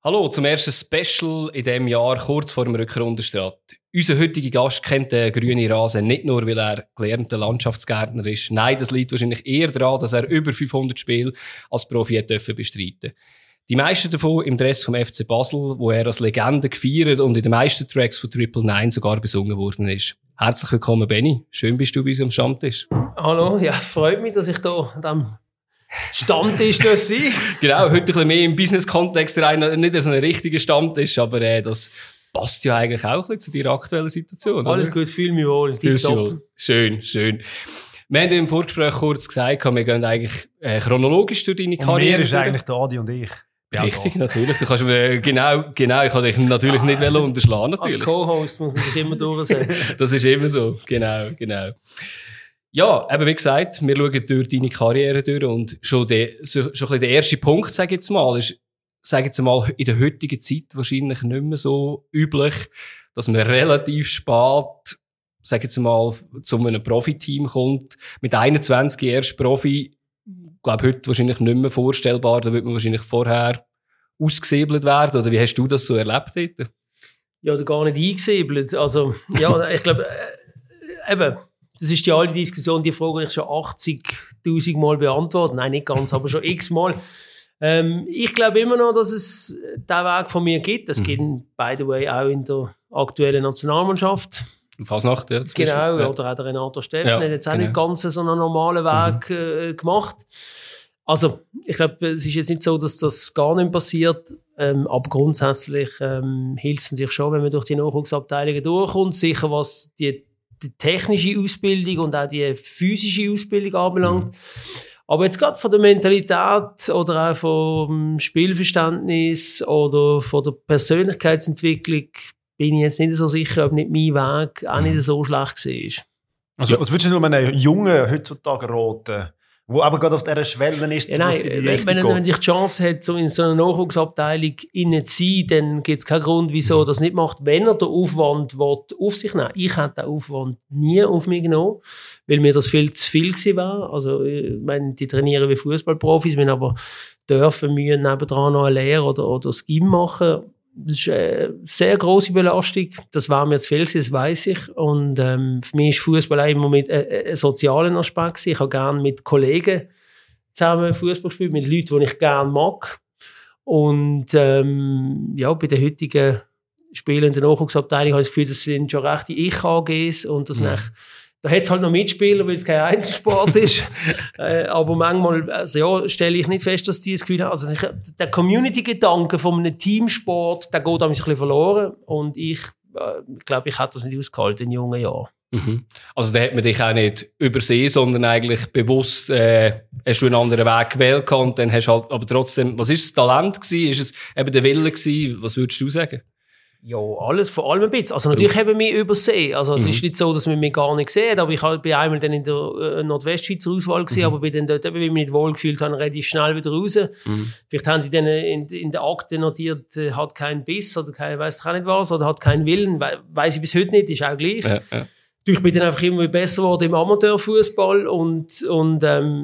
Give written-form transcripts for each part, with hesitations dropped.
Hallo zum ersten Special in diesem Jahr, kurz vor dem Rückrundenstart. Unser heutiger Gast kennt den grünen Rasen nicht nur, weil er gelernter Landschaftsgärtner ist. Nein, das liegt wahrscheinlich eher daran, dass er über 500 Spiele als Profi hat bestreiten. Die meisten davon im Dress vom FC Basel, wo er als Legende gefeiert und in den meisten Tracks von 999 sogar besungen worden ist. Herzlich willkommen, Benni. Schön bist du bei uns am Stammtisch. Hallo, ja, freut mich, dass ich hier an diesem Stammtisch sein. Genau, heute ein bisschen mehr im Business-Kontext, nicht so ein richtiger Stammtisch, aber das passt ja eigentlich auch ein bisschen zu deiner aktuellen Situation. Alles oder? gut, fühle mich wohl. Schön, schön. Wir haben im Vorgespräch kurz gesagt, wir gehen eigentlich chronologisch durch deine Karriere. Und mir ist eigentlich der Adi und ich. Richtig, natürlich. Du kannst mir, genau, ich kann dich natürlich nicht unterschlagen, natürlich. Als Co-Host muss man sich immer durchsetzen. Das ist immer so, genau. Ja, eben wie gesagt, wir schauen durch deine Karriere durch und schon ein bisschen der erste Punkt, sage ich jetzt mal, ist, in der heutigen Zeit wahrscheinlich nicht mehr so üblich, dass man relativ spät, sage ich jetzt mal, zu einem Profiteam kommt. Mit 21 erst Profi, glaube heute wahrscheinlich nicht mehr vorstellbar, da wird man wahrscheinlich vorher ausgesäbelt werden, oder wie hast du das so erlebt dort? Ja, oder gar nicht eingesäbelt. Also, ja, ich glaube, eben, das ist die alte Diskussion, die Frage habe ich schon 80'000 Mal beantwortet. Nein, nicht ganz, aber schon x-mal. Ich glaube immer noch, dass es diesen Weg von mir gibt. Das gibt, by the way, auch in der aktuellen Nationalmannschaft. Fasnacht, ja. Genau, ja. Oder auch der Renato Steffen hat jetzt auch nicht ganz so einen normalen Weg gemacht. Also, ich glaube, es ist jetzt nicht so, dass das gar nicht passiert. Aber grundsätzlich hilft es natürlich schon, wenn man durch die Nachwuchsabteilungen durchkommt. Sicher, was die technische Ausbildung und auch die physische Ausbildung anbelangt. Aber jetzt gerade von der Mentalität oder auch vom Spielverständnis oder von der Persönlichkeitsentwicklung bin ich jetzt nicht so sicher, ob nicht mein Weg auch nicht so schlecht war. Also, was würdest du einem Jungen heutzutage raten, der aber gerade auf dieser Schwelle ist, ja, nein, wenn ich die Chance hat, so in so einer Nachwuchsabteilung innen zu sein, dann gibt es keinen Grund, wieso er das nicht macht, wenn er den Aufwand auf sich nehmen will. Ich hätte den Aufwand nie auf mich genommen, weil mir das viel zu viel gewesen wäre. Also, ich meine, die trainieren wie Fußballprofis, wir aber dürfen wir nebendran noch eine Lehre oder das Gym machen. Das ist eine sehr grosse Belastung. Das war mir zu viel, das weiss ich. Und für mich ist Fußball auch immer mit einem sozialen Aspekt gewesen. Ich habe gerne mit Kollegen zusammen Fußball gespielt, mit Leuten, die ich gerne mag. Und ja, bei den heutigen Spielen in der Nachwuchsabteilung habe ich das Gefühl, das sind schon rechte Ich-AGs und das da hat es halt noch Mitspieler, weil es kein Einzelsport ist. Aber manchmal stelle ich nicht fest, dass die das Gefühl haben. Also der Community-Gedanke von einem Teamsport, der geht ein bisschen verloren. Und ich glaube, ich hätte das nicht ausgehalten in jungen Jahren. Mhm. Also da hat man dich auch nicht übersehen, sondern eigentlich bewusst hast du einen anderen Weg gewählt und dann hast halt, aber trotzdem, was ist das Talent gewesen? Ist es eben der Wille gewesen? Was würdest du sagen? Ja, alles, vor allem ein bisschen. Also natürlich haben wir mich übersehen. Also es ist nicht so, dass man mich gar nicht sehen, aber ich bin einmal dann in der Nordwestschweizer Auswahl gewesen, aber bin dann dort, weil ich mich nicht wohlgefühlt habe, relativ schnell wieder raus. Vielleicht haben sie dann in der Akte notiert, hat keinen Biss oder weiss ich auch nicht was, oder hat keinen Willen. Weiss ich bis heute nicht, ist auch gleich. Ja. Ich bin dann einfach immer besser geworden im Amateurfußball und habe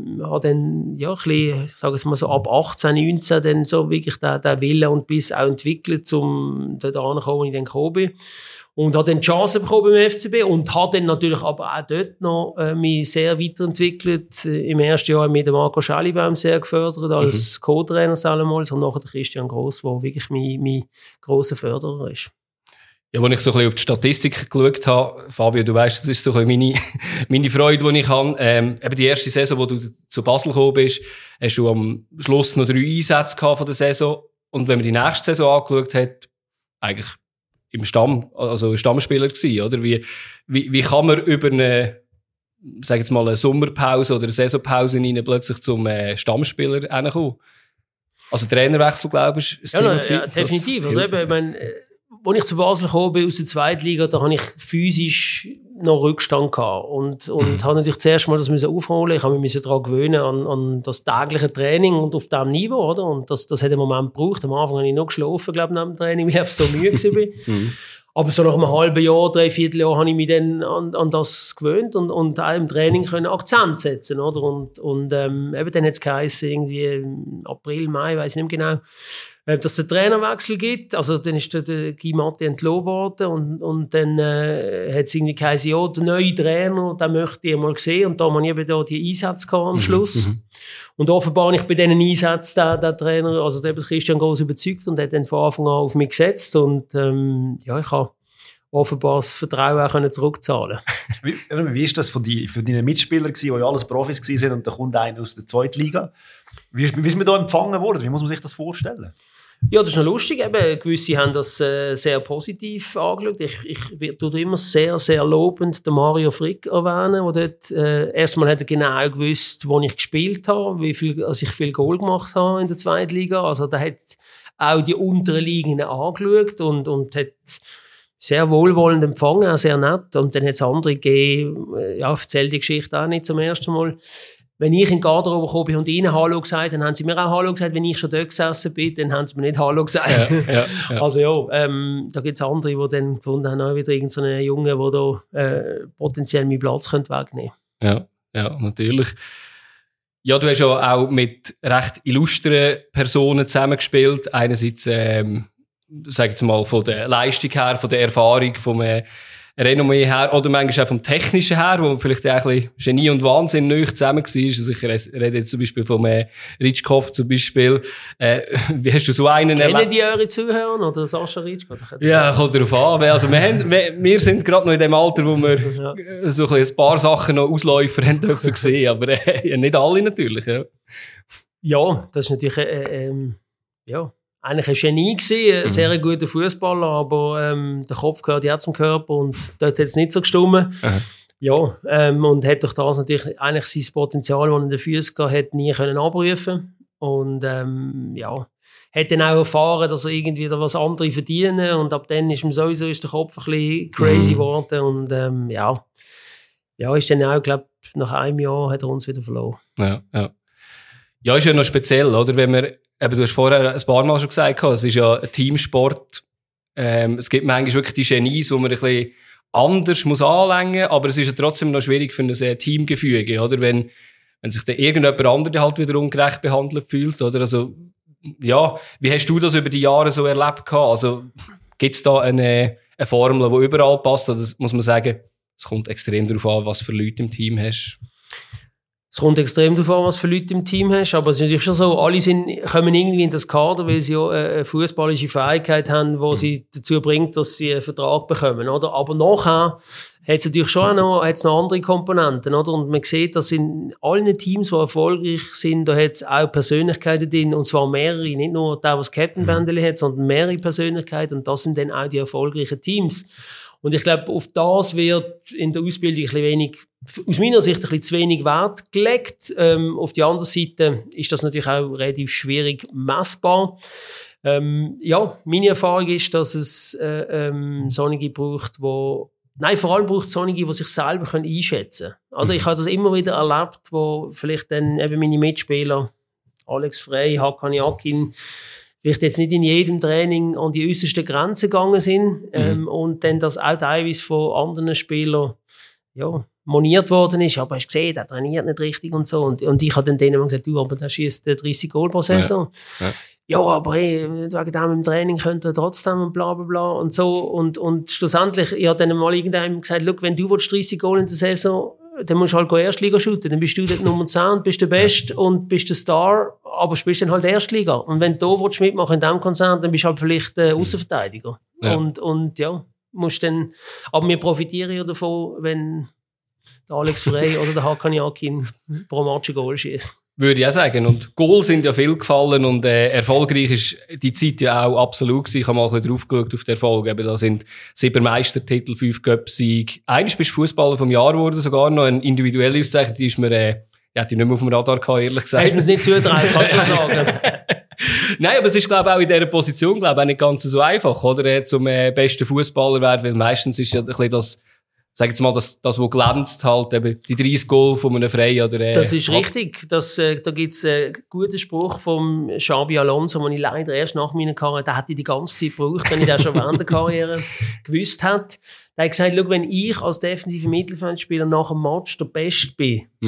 dann, ja, ein bisschen, sagen wir mal so ab 18, 19 dann so wirklich den Willen und Biss auch entwickelt, um dort anzukommen, wo ich dann gekommen bin. Und habe dann die Chance bekommen beim FCB und habe dann natürlich aber auch dort noch mich sehr weiterentwickelt. Im ersten Jahr mit dem Marco Schellibaum sehr gefördert als Co-Trainer damals und nachher der Christian Gross, der wirklich mein grosser Förderer ist. Ja, als ich so ein bisschen auf die Statistik geschaut habe, Fabio, du weißt, das ist so ein bisschen meine Freude, die ich habe. Eben die erste Saison, wo du zu Basel gekommen bist, hast du am Schluss noch 3 Einsätze gehabt von der Saison. Und wenn man die nächste Saison angeschaut hat, eigentlich im Stammspieler gewesen, oder? Wie kann man über eine, sag jetzt mal, eine Sommerpause oder eine Saisonpause rein plötzlich zum Stammspieler hinkommen? Also Trainerwechsel, glaube ich, ist ja, definitiv. Also eben, ich meine, als ich zu Basel gekommen bin aus der Zweitliga, da habe ich physisch noch Rückstand gehabt und habe natürlich zuerst mal das aufholen. Ich habe mich daran gewöhnen an das tägliche Training und auf diesem Niveau, oder? Und das hat einen Moment gebraucht. Am Anfang habe ich noch geschlafen, glaube ich, nach dem Training, weil ich einfach so müde war. Aber so nach einem halben Jahr, 3/4 Jahr, habe ich mich dann an das gewöhnt und auch im Training können Akzent setzen, oder? Und eben dann hat es geheißen, irgendwie April, Mai, weiss ich nicht mehr genau, dass es einen Trainerwechsel gibt. Also dann ist der Guy Matte entlassen worden und dann hat es irgendwie geheißen, ja, der neue Trainer, den möchte ich mal sehen. Und da haben wir eben da die Einsätze gehabt am Schluss. Und offenbar habe ich bei diesen Einsätzen den Trainer, also der Christian Gross, überzeugt und hat dann von Anfang an auf mich gesetzt. Und ich habe offenbar das Vertrauen auch zurückzahlen. Wie ist das für deine Mitspieler gewesen, die ja alles Profis waren und da kommt einer aus der zweiten Liga? Wie ist man da empfangen worden? Wie muss man sich das vorstellen? Ja, das ist noch lustig. Eben, gewisse haben das sehr positiv angeschaut. Ich tue immer sehr, sehr lobend den Mario Frick erwähnen, der dort erstmal hat er genau gewusst, wo ich gespielt habe, ich viel Goal gemacht habe in der zweiten Liga. Also der hat auch die unteren Ligen angeschaut und hat sehr wohlwollend empfangen, auch sehr nett. Und dann hat es andere gegeben, ich erzähle die Geschichte auch nicht zum ersten Mal. Wenn ich in die Garderobe gekommen bin und ihnen Hallo gesagt, dann haben sie mir auch Hallo gesagt. Wenn ich schon dort gesessen bin, dann haben sie mir nicht Hallo gesagt. Ja. Also da gibt es andere, die dann gefunden haben, auch wieder irgendeinen Jungen, der da potenziell meinen Platz wegnehmen könnte. Ja, natürlich. Ja, du hast ja auch mit recht illustren Personen zusammengespielt. Einerseits, sag ich jetzt mal, von der Leistung her, von der Erfahrung, vom Renommee her oder manchmal auch vom Technischen her, wo vielleicht auch ein bisschen Genie und Wahnsinn neu zusammen war. Also ich rede jetzt zum Beispiel vom Ritschkow zum Beispiel. Wie hast du so einen erlebt? Kennen die eure Zuhörer oder Sascha Ritschkow? Ja, kommt darauf an. Also wir sind gerade noch in dem Alter, wo wir so ein paar Sachen noch Ausläufer haben dürfen sehen, aber nicht alle natürlich. Ja, das ist natürlich eigentlich ein Genie gewesen, ein sehr guter Fußballer, aber der Kopf gehört ja zum Körper und dort hat es nicht so gestimmt. Ja, und hat durch das natürlich eigentlich sein Potenzial, das er in den Füßen hatte, nie können abrufen. Und hat dann auch erfahren, dass er irgendwie da was andere verdienen und ab dann ist ihm sowieso der Kopf ein bisschen crazy geworden und ist dann auch, glaube ich, nach einem Jahr hat er uns wieder verloren. Ja, ist ja noch speziell, oder? Wenn wir eben, du hast vorher ein paar Mal schon gesagt, es ist ja ein Teamsport. Es gibt manchmal wirklich die Genies, wo man ein bisschen anders muss anlängen muss, aber es ist ja trotzdem noch schwierig für ein Teamgefüge, oder? Wenn sich dann irgendjemand anderes halt wieder ungerecht behandelt fühlt, oder? Also, ja, wie hast du das über die Jahre so erlebt gehabt? Also, gibt es da eine Formel, die überall passt, oder muss man sagen, es kommt extrem darauf an, was für Leute im Team hast? Es kommt extrem darauf an, was für Leute im Team hast, aber es ist natürlich schon so, alle kommen irgendwie in das Kader, weil sie ja eine fußballische Fähigkeit haben, die sie dazu bringt, dass sie einen Vertrag bekommen, oder? Aber nachher hat es natürlich schon noch andere Komponenten, oder? Und man sieht, dass in allen Teams, die erfolgreich sind, da hat es auch Persönlichkeiten drin, und zwar mehrere, nicht nur der, der das Captain-Bändeli hat, sondern mehrere Persönlichkeiten, und das sind dann auch die erfolgreichen Teams. Und ich glaube, auf das wird in der Ausbildung ein bisschen wenig, aus meiner Sicht ein bisschen zu wenig Wert gelegt. Auf der anderen Seite ist das natürlich auch relativ schwierig messbar. Meine Erfahrung ist, dass es solche braucht, vor allem braucht es solche, die sich selber einschätzen können. Also ich habe das immer wieder erlebt, wo vielleicht dann eben meine Mitspieler, Alex Frey, Hakan Yakin, vielleicht jetzt nicht in jedem Training an die äußersten Grenzen gegangen sind und dann das auch teilweise von anderen Spielern moniert worden ist, aber hast gesehen, der trainiert nicht richtig und so. Und ich habe dann denen gesagt, du, aber der schießt 30 Goal pro Saison. Ja, aber wegen dem im Training könnt ihr trotzdem und bla bla bla und so. Und schlussendlich, ich habe dann mal irgendeinem gesagt, schau, wenn du 30 Goal in der Saison, dann musst du halt Erstliga shooten. Dann bist du dort Nummer 10 und bist der Beste und bist der Star, aber spielst dann halt Erstliga. Und wenn du da mitmachen in diesem Konzern, dann bist du halt vielleicht Aussenverteidiger. Ja. Und musst dann, aber wir profitieren ja davon, wenn der Alex Frey oder der Hakan Yakin pro Match ein Goal schießt. Würde ich auch sagen. Und Goal sind ja viel gefallen und erfolgreich ist die Zeit ja auch absolut gewesen. Ich habe mal ein bisschen drauf geschaut auf den Erfolg. Eben, da sind 7 Meistertitel, 5 Cup-Siege. Eines bist du Fußballer vom Jahr geworden, sogar noch eine individuelle Auszeichnung. Die ist mir, die nicht mehr auf dem Radar gehabt, ehrlich gesagt. Hast du mir es nicht zugetragen, kannst du sagen. Nein, aber es ist, glaube ich, auch in dieser Position, glaube ich, auch nicht ganz so einfach, oder? Zum besten Fußballer werden, weil meistens ist ja ein bisschen das, sag jetzt mal, das, was glänzt, halt, eben, die 30 Goal von einem Frey oder, das ist richtig. Da gibt's einen guten Spruch vom Xabi Alonso, den ich leider erst nach meiner Karriere, der hat die ganze Zeit gebraucht, wenn ich das schon während der Karriere gewusst hat. Der hat gesagt, schau, wenn ich als defensiver Mittelfeldspieler nach dem Match der Beste bin,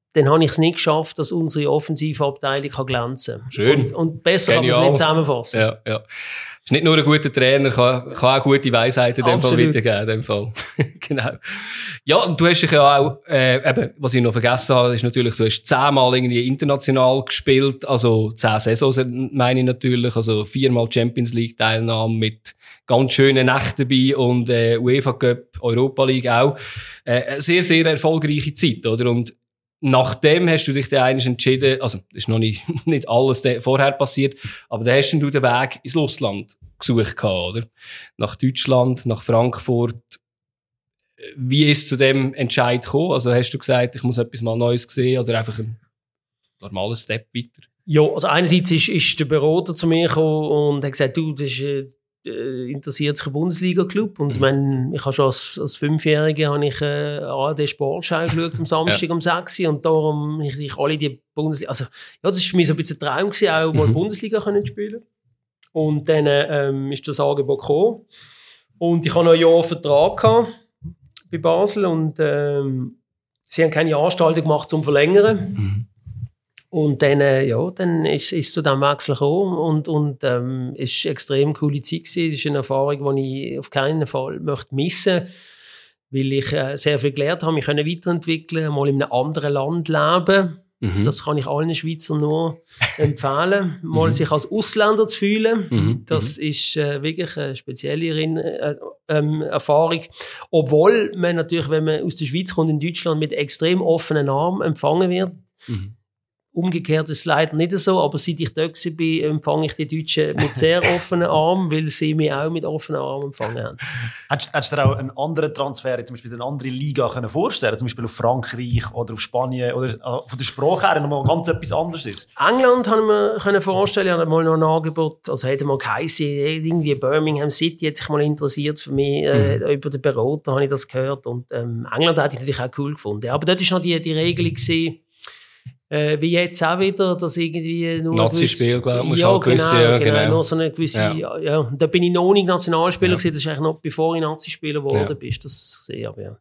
dann habe ich es nicht geschafft, dass unsere Offensivabteilung glänzen kann. Schön. Und besser kann man es nicht zusammenfassen. Ja, ja. Ist nicht nur ein guter Trainer, kann auch gute Weisheiten in dem Fall weitergeben. In dem Fall. Genau. Ja, und du hast dich ja auch, eben, was ich noch vergessen habe, ist natürlich, du hast 10-mal irgendwie international gespielt, also 10 Saisons meine ich natürlich, also 4-mal Champions League Teilnahme mit ganz schönen Nächten dabei und UEFA Cup, Europa League auch. Eine sehr, sehr erfolgreiche Zeit, oder? Und nachdem hast du dich dann eigentlich entschieden, also ist noch nicht alles vorher passiert, aber dann hast du den Weg ins Ausland gesucht gehabt, oder? Nach Deutschland, nach Frankfurt. Wie ist es zu dem Entscheid gekommen? Also hast du gesagt, ich muss etwas mal Neues sehen oder einfach ein normaler Step weiter? Ja, also einerseits ist der Berater zu mir gekommen und hat gesagt, du, das ist interessiert sich ein Bundesliga-Club und ich habe schon als 5-Jähriger ARD Sportschau geschaut am Samstag um 6 Uhr und darum ich alle die Bundesliga, also ja, das war für mich so ein bisschen ein Traum gewesen, auch mal Bundesliga können spielen. Und dann ist das Angebot gekommen und ich hatte noch ein Jahr Vertrag gehabt bei Basel und sie haben keine Anstaltung gemacht zum Verlängern. Und dann, dann ist zu diesem Wechsel gekommen und ist eine extrem coole Zeit gewesen. Das ist eine Erfahrung, die ich auf keinen Fall missen möchte, weil ich sehr viel gelernt habe, mich weiterentwickeln, mal in einem anderen Land leben. Das kann ich allen Schweizern nur empfehlen, mal sich als Ausländer zu fühlen. Das ist wirklich eine spezielle Erfahrung. Obwohl man natürlich, wenn man aus der Schweiz kommt, in Deutschland mit extrem offenen Armen empfangen wird. Umgekehrt ist es leider nicht so, aber seit ich dort war, empfange ich die Deutschen mit sehr offenen Armen, weil sie mich auch mit offenen Armen empfangen haben. Hättest du dir auch einen anderen Transfer, zum Beispiel in eine andere Liga können vorstellen, zum Beispiel auf Frankreich oder auf Spanien oder von der Sprache her nochmal ganz etwas anderes ist? England habe ich mir vorstellen, ich hatte mal noch ein Angebot, also hätte mal geheißen, irgendwie Birmingham City hat sich mal interessiert für mich, über den Berater habe ich das gehört und England hätte ich natürlich auch cool gefunden. Aber dort war noch die Regelung gewesen, wie jetzt auch wieder, dass irgendwie nur Nazi-Spiel, glaube ich, genau, nur so eine gewisse, da bin ich noch nicht Nationalspieler gewesen, das ist eigentlich noch bevor ich Nazi-Spieler geworden bin, das gesehen habe,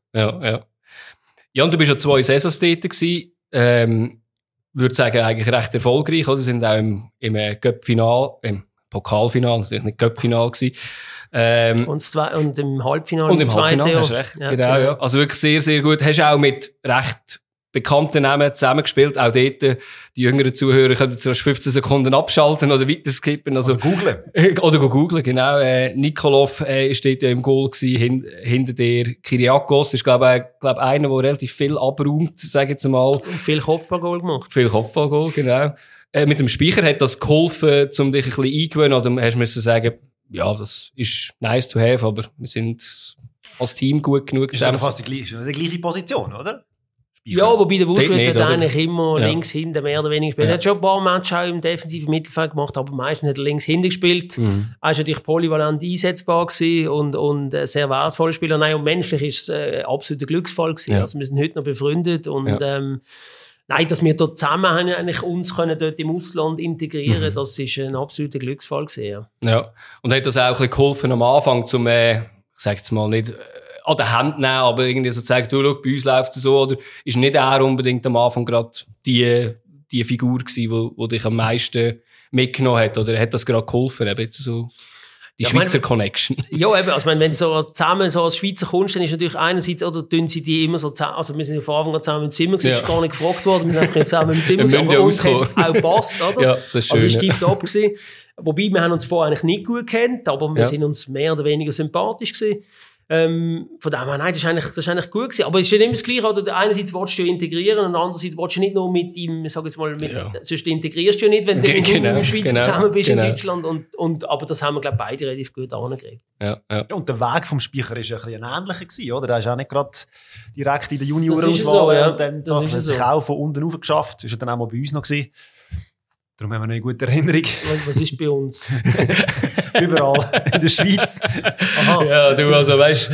Ja, und du bist ja 2 Saisons dort gewesen, würde sagen, eigentlich recht erfolgreich, oder? Sind auch im Cup-Final, im Pokalfinal, natürlich nicht Cup-Final gewesen. Und im Halbfinale. Und im Halbfinale, hast du recht, genau, ja. Also wirklich sehr, sehr gut. Hast auch mit recht bekannten Namen zusammengespielt. Auch dort, die jüngeren Zuhörer können zuerst 15 Sekunden abschalten oder weiter skippen. Also, oder googlen. Oder googlen, genau. Nikolov ist dort im Goal gewesen, hinter der Kyriakos. Ist, glaube ich, einer, der relativ viel abräumt, sage ich jetzt mal. Und viel Kopfballgoal gemacht. Viel Kopfballgoal, genau. Mit dem Speicher hat das geholfen, um dich ein bisschen eingewöhnen, oder hast du müssen sagen, ja, das ist nice to have, aber wir sind als Team gut genug. Ist ja fast die gleiche Position, oder? Ja, wobei der Wuschwit hat eigentlich immer links hinten mehr oder weniger gespielt. Er hat schon ein paar Matches auch im defensiven Mittelfeld gemacht, aber meistens hat er links hinten gespielt. Er war natürlich polyvalent einsetzbar gewesen und sehr wertvoller Spieler. Nein, und menschlich ist es absoluter Glücksfall gewesen. Ja. Also wir sind heute noch befreundet und nein, dass wir dort zusammen eigentlich uns können dort im Ausland integrieren, das ist ein absoluter Glücksfall gewesen. Ja. Und hat das auch ein bisschen geholfen am Anfang, zum, ich sag jetzt mal nicht, an der Hand nehmen, aber irgendwie so zeigen, du, schau, bei uns läuft es so, oder ist nicht er unbedingt am Anfang gerade die Figur gewesen, die dich am meisten mitgenommen hat, oder hat das gerade geholfen, eben jetzt so die Schweizer Connection? Ja, eben, also wenn du so zusammen so als Schweizer kommst, dann ist natürlich einerseits, oder tun sie die immer so zusammen, also wir sind ja von Anfang an zusammen im Zimmer gewesen, ist gar nicht gefragt worden, wir sind einfach zusammen im Zimmer gewesen, aber uns hat es auch gepasst, oder? Ja, das ist schön. Also es war tiptop gewesen. Wobei, wir haben uns vorher eigentlich nicht gut gekannt, aber wir sind uns mehr oder weniger sympathisch gewesen. Von dem her, nein, das ist eigentlich gut gewesen. Aber es ist ja immer das Gleiche, oder? Einerseits willst du integrieren und andererseits willst du nicht nur mit ihm, ich sag jetzt mal, sonst integrierst du ja nicht, wenn du mit dem Schweizer zusammen bist in Deutschland. Aber das haben wir, glaube ich, beide relativ gut angekriegt. Ja, und der Weg vom Speicher war ja ein bisschen ein ähnlicher gewesen, oder? Der ist auch nicht gerade direkt in der Juniorauswahl und dann hat er sich auch von unten rauf geschafft. Das war dann auch mal bei uns noch gewesen. Darum haben wir eine gute Erinnerung. Was ist bei uns? Überall. In der Schweiz. Aha. Ja, du, also weißt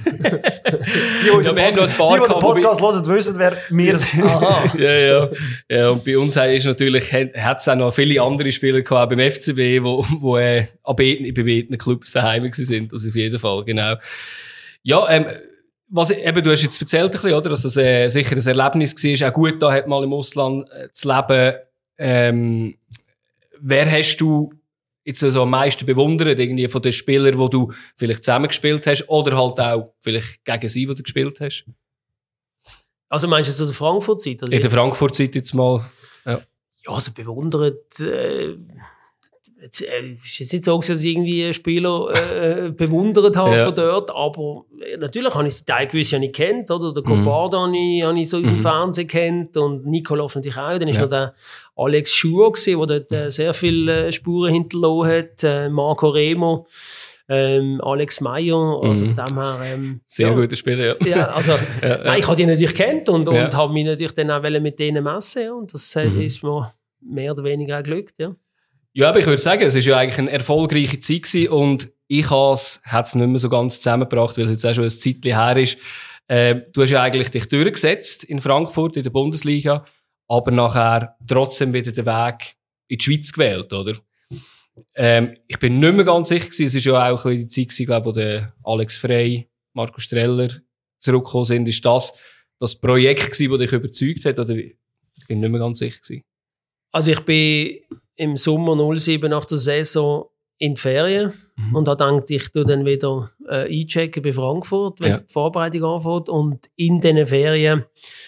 die den Podcast hören, wissen, wer wir sind. Aha. Ja, und bei uns hat es auch noch viele andere Spieler gehabt beim FCB, wo bei beiden Clubs daheim waren. Also auf jeden Fall, genau. Ja, Eben, du hast jetzt erzählt ein bisschen, oder, dass das sicher ein Erlebnis war, auch gut da hat mal im Ausland zu leben. Wer hast du jetzt also am meisten bewundert, irgendwie von den Spielern, die du vielleicht zusammengespielt hast, oder halt auch vielleicht gegen sie, die du gespielt hast? Also meinst du jetzt in der Frankfurt-Zeit? In der Frankfurt-Zeit jetzt mal, ja. Ja, also bewundert, ist jetzt nicht so, dass ich irgendwie einen Spieler bewundert habe von dort, aber natürlich habe ich den Teil gewiss ja nicht kennt, oder? Der Copardo habe ich so aus dem Fernsehen kennt und Nikolov natürlich auch. Dann ist noch der Alex Schur gewesen, der dort sehr viele Spuren hinterlassen hat, Marco Remo, Alex Meyer, also von dem her... sehr guter Spieler, ja. Ja, also, nein, ich habe die natürlich kennt und habe mich natürlich dann auch mit denen messen, ja, und das ist mir mehr oder weniger auch geglückt, ja. Ja, aber ich würde sagen, es war ja eigentlich eine erfolgreiche Zeit gewesen und ich habe es nicht mehr so ganz zusammengebracht, weil es jetzt auch schon ein Zeitchen her ist. Du hast ja eigentlich dich durchgesetzt in Frankfurt, in der Bundesliga, aber nachher trotzdem wieder den Weg in die Schweiz gewählt, oder? Ich bin nicht mehr ganz sicher gewesen, es war ja auch ein bisschen die Zeit, glaube ich, wo der Alex Frey, Marco Streller zurückgekommen sind. Ist das Projekt gewesen, das dich überzeugt hat, oder? Ich bin nicht mehr ganz sicher gewesen. Also ich bin im Sommer 2007 nach der Saison in die Ferien und habe gedacht, ich tue dann wieder einchecken bei Frankfurt, wenn die Vorbereitung anfängt. Und in diesen Ferien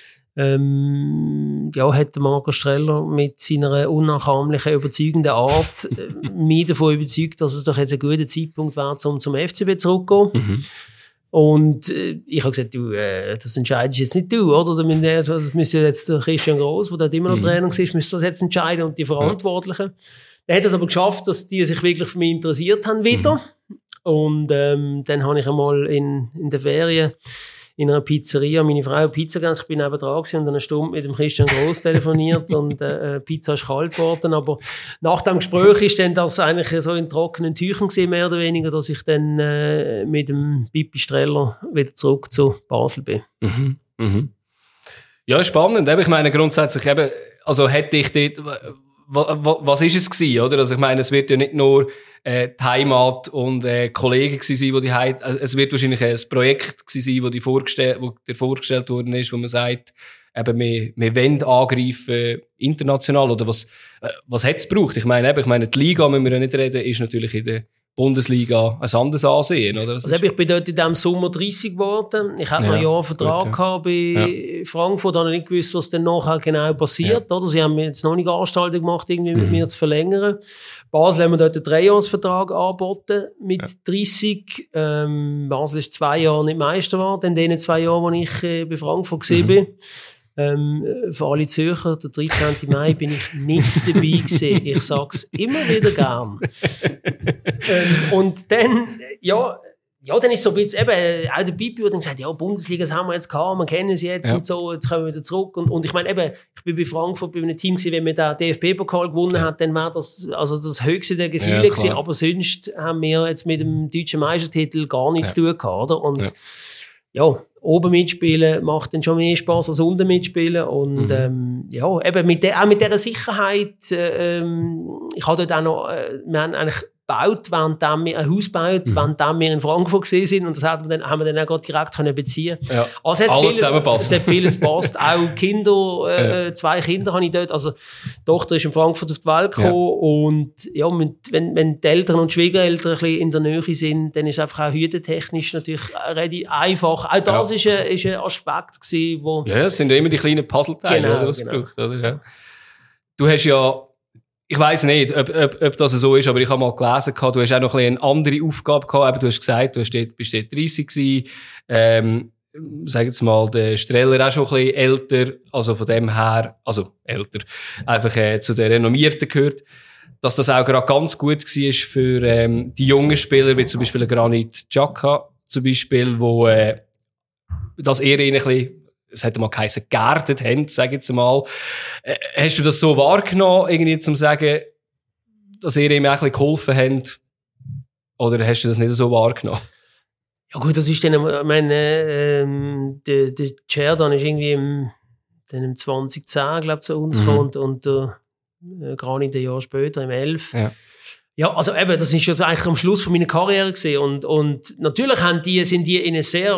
hat Marco Streller mit seiner unnachahmlichen, überzeugenden Art mich davon überzeugt, dass es doch jetzt ein guter Zeitpunkt wäre, um zum FCB zurückzugehen. Und ich habe gesagt, du, das entscheidest jetzt nicht du, oder? Das müsste jetzt der Christian Gross, der dort immer noch Trainer ist, müsste das jetzt entscheiden und die Verantwortlichen. Er hat es aber geschafft, dass die sich wirklich für mich interessiert haben wieder. Und dann habe ich einmal in der Ferien in einer Pizzeria meine Frau Pizza gegeben. Ich bin neben dran und eine Stunde mit dem Christian Gross telefoniert und Pizza ist kalt geworden. Aber nach dem Gespräch ist dann das eigentlich so in trockenen Tüchern gewesen, mehr oder weniger, dass ich dann mit dem Pippi Streller wieder zurück zu Basel bin. Ja, spannend. Ich meine, grundsätzlich eben, also hätte ich dort, was ist es gewesen, oder? Also ich meine, es wird ja nicht nur die Heimat und Kollegen gewesen sein, die es wird wahrscheinlich ein Projekt gewesen sein, wo dir vorgestellt worden ist, wo man sagt, eben, wir wollen angreifen, international, oder was hat es gebraucht? Ich meine, die Liga, müssen wir ja nicht reden, ist natürlich in der Bundesliga ein anderes Ansehen, oder? Also ich bin dort in diesem Sommer 30 geworden. Ich hatte noch ein Jahr Vertrag gehabt bei Frankfurt. Ich habe nicht gewusst, was dann nachher genau passiert. Oder? Sie haben mir jetzt noch nicht Anstalten gemacht, irgendwie mit mir zu verlängern. Basel haben wir dort einen 3-Jahres-Vertrag angeboten mit 30. Basel ist 2 Jahre nicht Meister geworden. Dann in den 2 Jahren, wo ich bei Frankfurt war. Für alle Zürcher, der 13. Mai bin ich nicht dabei gewesen. Ich sage es immer wieder gern. Und dann, dann ist so ein bisschen eben, auch der Pipi, der dann gesagt, ja, Bundesliga, das haben wir jetzt gehabt, wir kennen sie jetzt und so, jetzt kommen wir wieder zurück. Und ich meine eben, ich bin bei Frankfurt bei einem Team gewesen, wenn wir den DFB-Pokal gewonnen hat, dann wäre das, also das höchste der Gefühle gewesen. Aber sonst haben wir jetzt mit dem deutschen Meistertitel gar nichts zu tun gehabt, oder? Und oben mitspielen macht dann schon mehr Spass als unten mitspielen. Und eben auch mit dieser Sicherheit, ich habe dort auch noch, wir haben eigentlich gebaut, währenddem wir ein Haus gebaut, währenddem wir in Frankfurt gesehen sind, und das haben wir dann auch gerade direkt können beziehen. Ja. Also es hat vieles passt. Auch Kinder, 2 Kinder habe ich dort, also die Tochter ist in Frankfurt auf die Welt gekommen und wenn die Eltern und Schwiegereltern ein bisschen in der Nähe sind, dann ist es einfach auch hütentechnisch natürlich relativ einfach. Auch das ist ein Aspekt gewesen, wo... Ja, es sind ja immer die kleinen Puzzleteile, was es braucht, oder? Ja. Du hast ja, ich weiss nicht, ob das so ist, aber ich habe mal gelesen, du hast auch noch eine andere Aufgabe gehabt. Du hast gesagt, bist dort 30 gewesen. Sag jetzt mal, der Streller auch schon ein bisschen älter, also von dem her, also älter, einfach zu den Renommierten gehört. Dass das auch gerade ganz gut war für die jungen Spieler, wie zum Beispiel Granit Xhaka, zum Beispiel, wo das eher ein bisschen, es hätte mal geheißen, geerdet haben, sag ich jetzt mal. Hast du das so wahrgenommen, irgendwie zum sagen, dass ihr ihm auch ein bisschen geholfen habt? Oder hast du das nicht so wahrgenommen? Ja gut, das ist dann, ich meine, der Cerdan ist irgendwie im 2010, glaube ich, zu uns gekommen und Granit ein Jahr später, im 11. Ja, also eben, das ist ja eigentlich am Schluss von meiner Karriere gewesen. Und natürlich sind die in eine sehr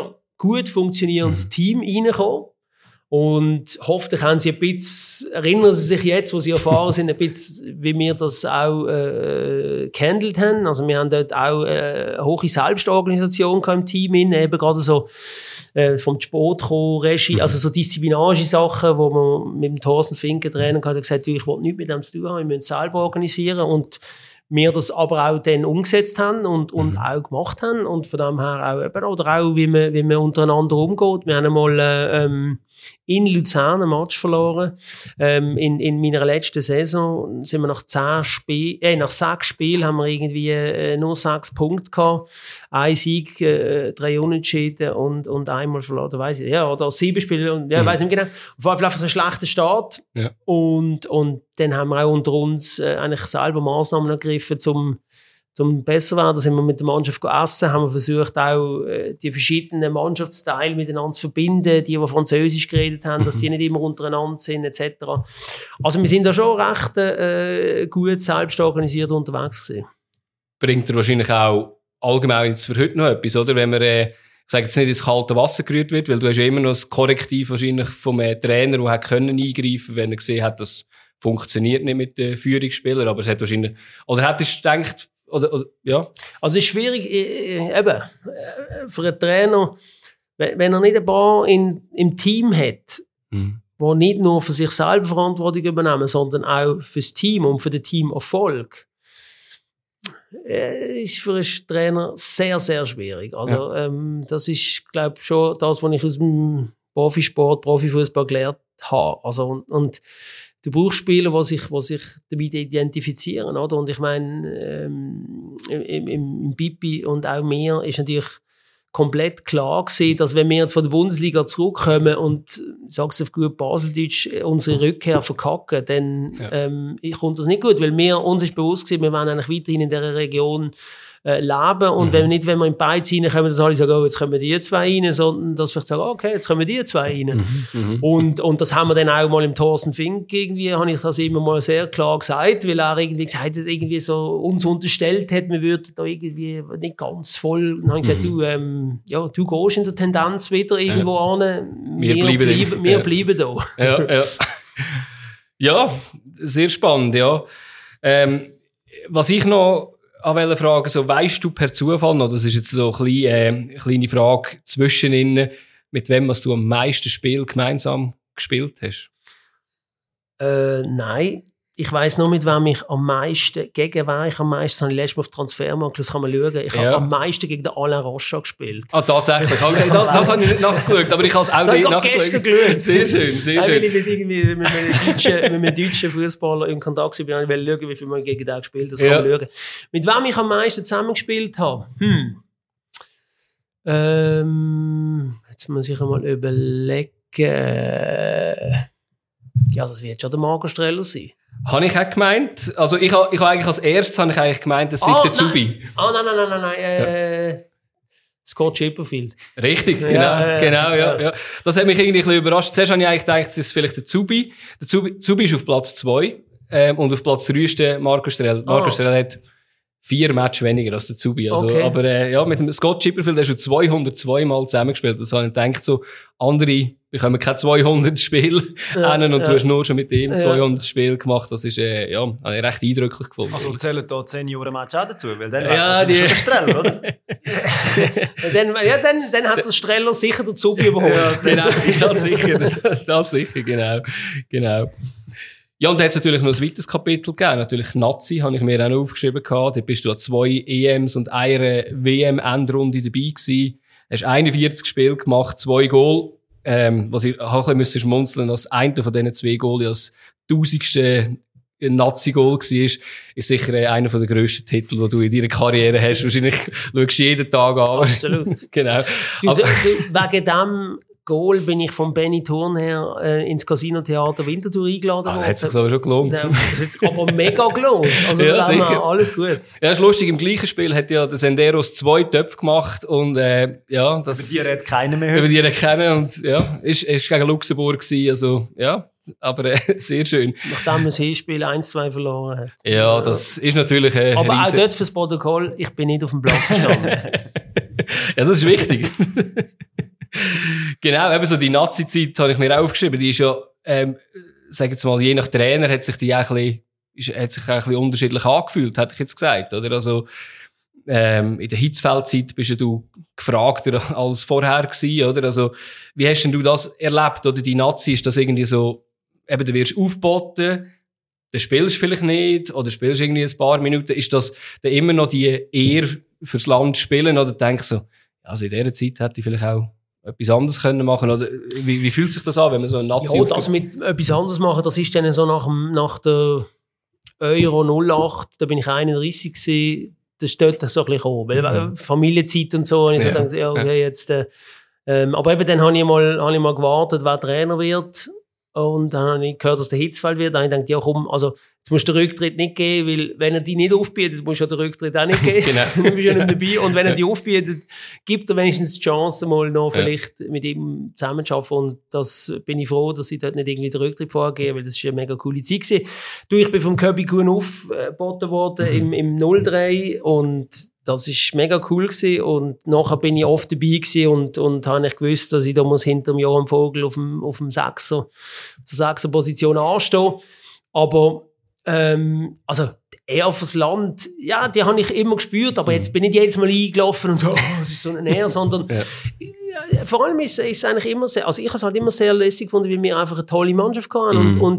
gut funktionierendes Team reinkommen. Und hoffentlich haben sie ein bisschen, erinnern sie sich jetzt, wo sie erfahren sind, ein bisschen, wie wir das auch gehandelt haben. Also wir haben dort auch eine hohe Selbstorganisation im Team, eben gerade so vom Sport kommen, Regie, also so disziplinarische Sachen, wo man mit dem Thorsten Finken Trainer hat gesagt, ich will nichts mit dem zu tun haben, wir müssen es selber organisieren. Und wir das aber auch dann umgesetzt haben und auch gemacht haben und von dem her auch eben, oder auch wie man untereinander umgeht. Wir haben einmal in Luzern einen Match verloren. In meiner letzten Saison sind wir nach 6 Spielen haben wir irgendwie nur 6 Punkte gehabt. Ein Sieg, 3 Unentschieden und einmal verloren, weiss ich, ja, oder 7 Spiele und ja, weiss nicht genau. Auf jeden Fall einfach ein schlechter Start. Ja. Und dann haben wir auch unter uns eigentlich selber Massnahmen ergriffen, zum besser werden. Da sind wir mit der Mannschaft gegessen, haben wir versucht, auch die verschiedenen Mannschaftsteile miteinander zu verbinden, die Französisch geredet haben, dass die nicht immer untereinander sind, etc. Also wir sind da schon recht gut selbst organisiert unterwegs gewesen. Bringt er wahrscheinlich auch allgemein jetzt für heute noch etwas, oder? Wenn man, ich sage jetzt nicht, ins kalte Wasser gerührt wird, weil du hast ja immer noch das Korrektiv wahrscheinlich vom Trainer, der hat können eingreifen, wenn er gesehen hat, dass funktioniert nicht mit den Führungsspielern, aber es hat wahrscheinlich, oder hättest du gedacht, oder, ja? Also es ist schwierig, eben, für einen Trainer, wenn er nicht ein paar im Team hat, die nicht nur für sich selber Verantwortung übernehmen, sondern auch fürs Team und für den Teamerfolg, ist für einen Trainer sehr, sehr schwierig. Also das ist, glaube ich, schon das, was ich aus dem Profifußball gelernt habe. Also, und du brauchst Spieler, die sich damit identifizieren, oder? Und ich meine, im Pipi und auch mir ist natürlich komplett klar gewesen, dass wenn wir jetzt von der Bundesliga zurückkommen und, ich sag's auf gut Baseldeutsch, unsere Rückkehr verkacken, dann kommt das nicht gut, weil uns ist bewusst gewesen, wir wollen eigentlich weiterhin in dieser Region leben und wenn wir in Beiz reinkommen, dass alle sagen, oh, jetzt kommen die 2 rein, sondern dass wir sagen, okay, jetzt kommen die 2 rein. Und das haben wir dann auch mal im Thorsten Fink irgendwie, habe ich das immer mal sehr klar gesagt, weil er irgendwie gesagt hat, irgendwie so uns unterstellt hat, wir würden da irgendwie nicht ganz voll, und dann habe ich gesagt, du gehst in der Tendenz wieder irgendwo an, wir bleiben da. Ja, sehr spannend, ja. Was ich noch wollte fragen, so, weisst du per Zufall noch, das ist jetzt so eine kleine Frage zwischen ihnen, mit wem du am meisten Spiel gemeinsam gespielt hast? Nein. Ich weiss nur, mit wem ich am meisten, gegen wen ich am meisten, das habe ich letztes Mal auf Transfermarkt, das kann man schauen, ich habe am meisten gegen den Alain Rocha gespielt. Ah, tatsächlich, okay, das habe ich nicht nachgeschaut, aber ich habe es auch nicht nachgeschaut. Sehr schön, sehr schön. Weil ich mit einem deutschen Fußballer in Kontakt war, ich wollte schauen, wie viel man gegen den gespielt hat, das kann man schauen. Mit wem ich am meisten zusammengespielt habe? Jetzt muss ich einmal überlegen. Ja, das wird schon der Marco Streller sein. Habe ich auch gemeint. Also ich habe eigentlich als erstes gemeint, das sei der Zubi. Nein. Scott Chipperfield. Richtig, genau, ja. Das hat mich irgendwie ein bisschen überrascht. Zuerst habe ich eigentlich gedacht, es ist vielleicht der Zubi. Der Zubi ist auf Platz 2 und auf Platz 3 ist der Marco Streller. Marco Streller hat 4 Matches weniger als der Zubi. Also, okay. Aber mit dem Scott Chipperfield hast du 202 Mal zusammengespielt. Das habe ich gedacht, so andere bekommen keine 200 Spiele und du hast nur schon mit ihm 200 Spiele gemacht. Das ist, habe ich recht eindrücklich gefunden. Also zählen da 10 Jahre Match auch dazu? Weil dann schon der Streller, oder? dann hat der Streller sicher den Zubi überholt. Ja, genau, das sicher, genau. Ja, und da hat es natürlich noch ein weiteres Kapitel gegeben. Natürlich Nazi, habe ich mir auch noch aufgeschrieben gehabt. Da bist du an 2 EMs und einer WM-Endrunde dabei gewesen. Hast 41 Spiele gemacht, 2 Goal. Was ich auch ein bisschen schmunzeln musste, als einer von diesen 2 Goal als 1000. Nazi-Goal war, ist sicher einer der grössten Titel, die du in deiner Karriere hast. Wahrscheinlich schaust du jeden Tag an. Absolut. Genau. Wegen dem Goal bin ich von Benny Thurn her ins Casino-Theater Winterthur eingeladen worden. Hat sich aber schon gelohnt. Das hat sich aber mega gelohnt. Also ja, sicher. Alles gut. Ja, ist lustig, im gleichen Spiel hat ja der Senderos 2 Töpfe gemacht und das... Über die redet keiner mehr. Über die redet keiner und ja, ist gegen Luxemburg gewesen, also ja, aber sehr schön. Nachdem man das Hinspiel 1-2 verloren hat. Ja, das ist natürlich aber auch dort fürs Protokoll, ich bin nicht auf dem Platz gestanden. Ja, das ist wichtig. Genau, eben so die Nazi-Zeit habe ich mir auch aufgeschrieben. Die ist ja, sag jetzt mal, je nach Trainer hat sich die auch ein bisschen unterschiedlich angefühlt, hätte ich jetzt gesagt, oder? Also, in der Hitzfeldzeit bist du gefragter als vorher gewesen, oder? Also, wie hast denn du das erlebt, oder? Die Nazi, ist das irgendwie so, eben, du wirst aufgeboten, dann spielst du vielleicht nicht, oder spielst irgendwie ein paar Minuten. Ist das dann immer noch die Ehre fürs Land spielen, oder denkst du so, also in dieser Zeit hätte ich vielleicht auch etwas anderes können machen, oder wie fühlt sich das an, wenn man so eine Nazi das mit etwas anderes machen, das ist dann so nach der Euro 08, da bin ich 31 gewesen, das ist dort so ein bisschen gekommen, weil Familienzeit und so, und ich so dachte, okay, jetzt, aber eben dann habe ich mal gewartet, wer Trainer wird, und dann habe ich gehört, dass der Hitzfeld wird, dann habe ich gedacht, ja komm, also jetzt musst du den Rücktritt nicht geben, weil wenn er die nicht aufbietet, musst du den Rücktritt auch nicht geben. Genau. Du bist ja nicht dabei. Und wenn er die aufbietet, gibt er wenigstens die Chance, mal noch vielleicht mit ihm zusammenzuarbeiten. Und das bin ich froh, dass ich dort nicht irgendwie den Rücktritt vorgebe, weil das war eine mega coole Zeit gewesen. Ich bin vom Köbi Kuhn aufgeboten worden im 03 und das war mega cool gewesen. Und nachher bin ich oft dabei gewesen und habe nicht gewusst, dass ich da muss hinter dem Johann Vogel auf dem Sechser, zur 6er Position anstehen. Aber also eher fürs Land, ja, die habe ich immer gespürt, aber jetzt bin ich nicht jedes Mal eingelaufen und so, es ist so ein Ehr, sondern vor allem ist es eigentlich immer sehr, also ich habe es halt immer sehr lässig gefunden, weil wir einfach eine tolle Mannschaft hatten und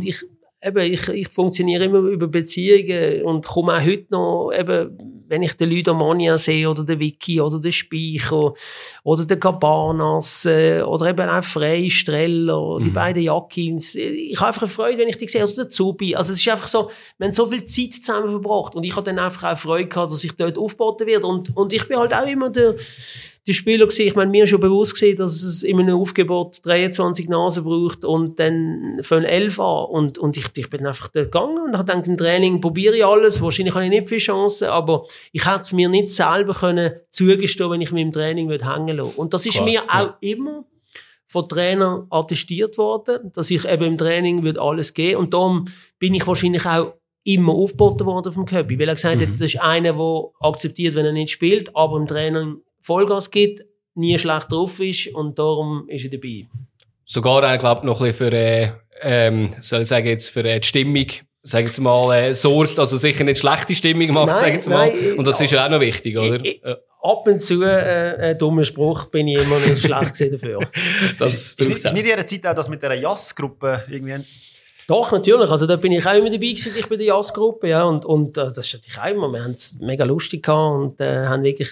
ich funktioniere immer über Beziehungen und komme auch heute noch, eben, wenn ich den Ludo Mania sehe oder den Vicky oder den Speicher oder den Cabanas oder eben auch Frey, Streller, die beiden Jakins. Ich habe einfach eine Freude, wenn ich die sehe, oder den Zubi. Also es ist einfach so, wir haben so viel Zeit zusammen verbracht und ich habe dann einfach auch Freude gehabt, dass ich dort aufgeboten werde und ich bin halt auch immer der Spieler gewesen. Ich meine, mir ist schon bewusst gewesen, dass es in einem Aufgebot 23 Nasen braucht und dann von 11 an. Und ich bin einfach dort gegangen und habe gedacht, im Training probiere ich alles. Wahrscheinlich habe ich nicht viele Chancen, aber ich hätte es mir nicht selber können zugestehen, wenn ich mich im Training hängen lassen. Und das ist mir auch immer von Trainern attestiert worden, dass ich eben im Training alles geben. Und darum bin ich wahrscheinlich auch immer aufgeboten worden vom Köbi, weil er gesagt hat, das ist einer, der akzeptiert, wenn er nicht spielt, aber im Training Vollgas gibt, nie schlecht drauf ist und darum ist er dabei. Sogar, glaube ich, noch ein bisschen für, soll ich sagen, jetzt für die Stimmung, sagen wir mal, sorgt, also sicher nicht schlechte Stimmung macht, sagen wir mal. Und das ist ja auch noch wichtig, oder? Ab und zu ein dummer Spruch bin ich immer nicht schlecht gesehen dafür. Ist nicht in dieser Zeit auch das mit dieser Jass-Gruppe irgendwie? Doch, natürlich. Also, da bin ich auch immer dabei gewesen, ich bei der Jass-Gruppe, ja. Und das ist natürlich auch immer. Wir haben es mega lustig gehabt und haben wirklich,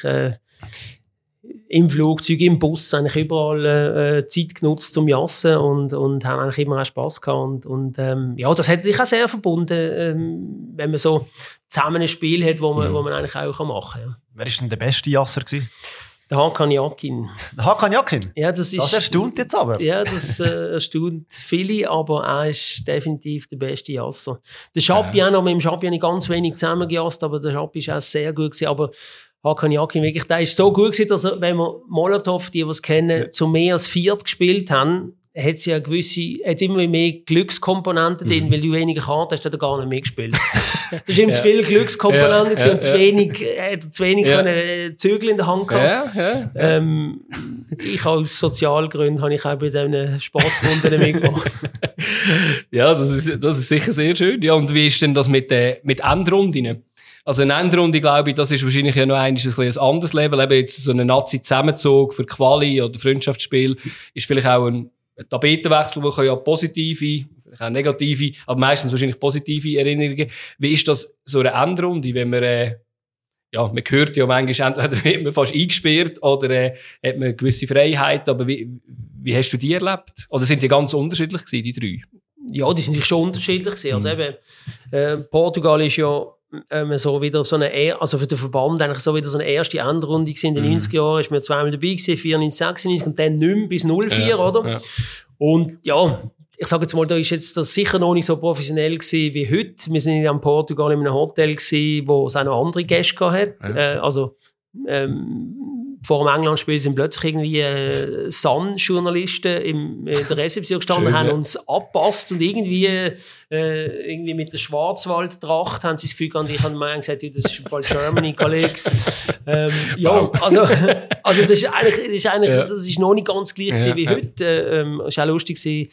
im Flugzeug, im Bus, eigentlich überall Zeit genutzt zum Jassen und haben eigentlich immer auch Spass gehabt. Und ja, das hat sich auch sehr verbunden, wenn man so zusammen ein Spiel hat, wo man eigentlich auch machen kann. Ja. Wer war denn der beste Jasser gewesen? Der Hakan Jakin. Der Hakan Jakin? Ja, das erstaunt jetzt aber. Ja, das erstaunt viele, aber er ist definitiv der beste Jasser. Der Schappi auch noch, mit dem Schappi habe ich ganz wenig zusammengejasst, aber der Schappi ist auch sehr gut gewesen. Aber Hakan Jakin, wirklich, der ist so gut gewesen, dass er, wenn wir Molotow, die es kennen, zu mehr als 4 gespielt haben, hat es ja immer mehr Glückskomponenten drin, weil du weniger Karten hast, hat er gar nicht mehr gespielt. Das ist ihm zu viele Glückskomponenten und zu wenig können Zügel in der Hand gehabt. Ich aus Sozialgründen habe ich auch bei diesen Spassrunden mitgemacht. Ja, das ist sicher sehr schön. Ja, und wie ist denn das mit Endrunden? Also eine Endrunde, glaube ich, das ist wahrscheinlich ja noch ein anderes Level. Eben jetzt so eine Nazi-Zusammenzug für Quali oder Freundschaftsspiel ist vielleicht auch ein Tapetenwechsel, wo ja positive, vielleicht auch negative, aber meistens wahrscheinlich positive Erinnerungen. Wie ist das so eine Endrunde, wenn man, man hört ja manchmal, entweder wird man fast eingesperrt oder hat man eine gewisse Freiheit, aber wie hast du die erlebt? Oder sind die ganz unterschiedlich gewesen, die 3? Ja, die sind natürlich schon unterschiedlich gewesen. Also eben, Portugal ist ja so wieder so also für den Verband eigentlich so wieder so eine erste Endrunde in den 90er Jahren, ist mir zweimal dabei gewesen, 94, 96 und dann nicht mehr bis 04, oder? Ja. Und ja, ich sage jetzt mal, da ist jetzt das sicher noch nicht so professionell gewesen wie heute. Wir sind in Portugal in einem Hotel gewesen, wo es auch noch andere Gäste hatte. Ja. Vor dem England-Spiel sind plötzlich irgendwie Sun-Journalisten in der Rezeption gestanden, schön, haben uns abgepasst und irgendwie mit der Schwarzwaldtracht haben sie das Gefühl gehabt, ich habe mir gesagt, das ist im Fall Germany, Kollege. Also Also das ist noch nicht ganz gleich wie heute. Es war auch lustig,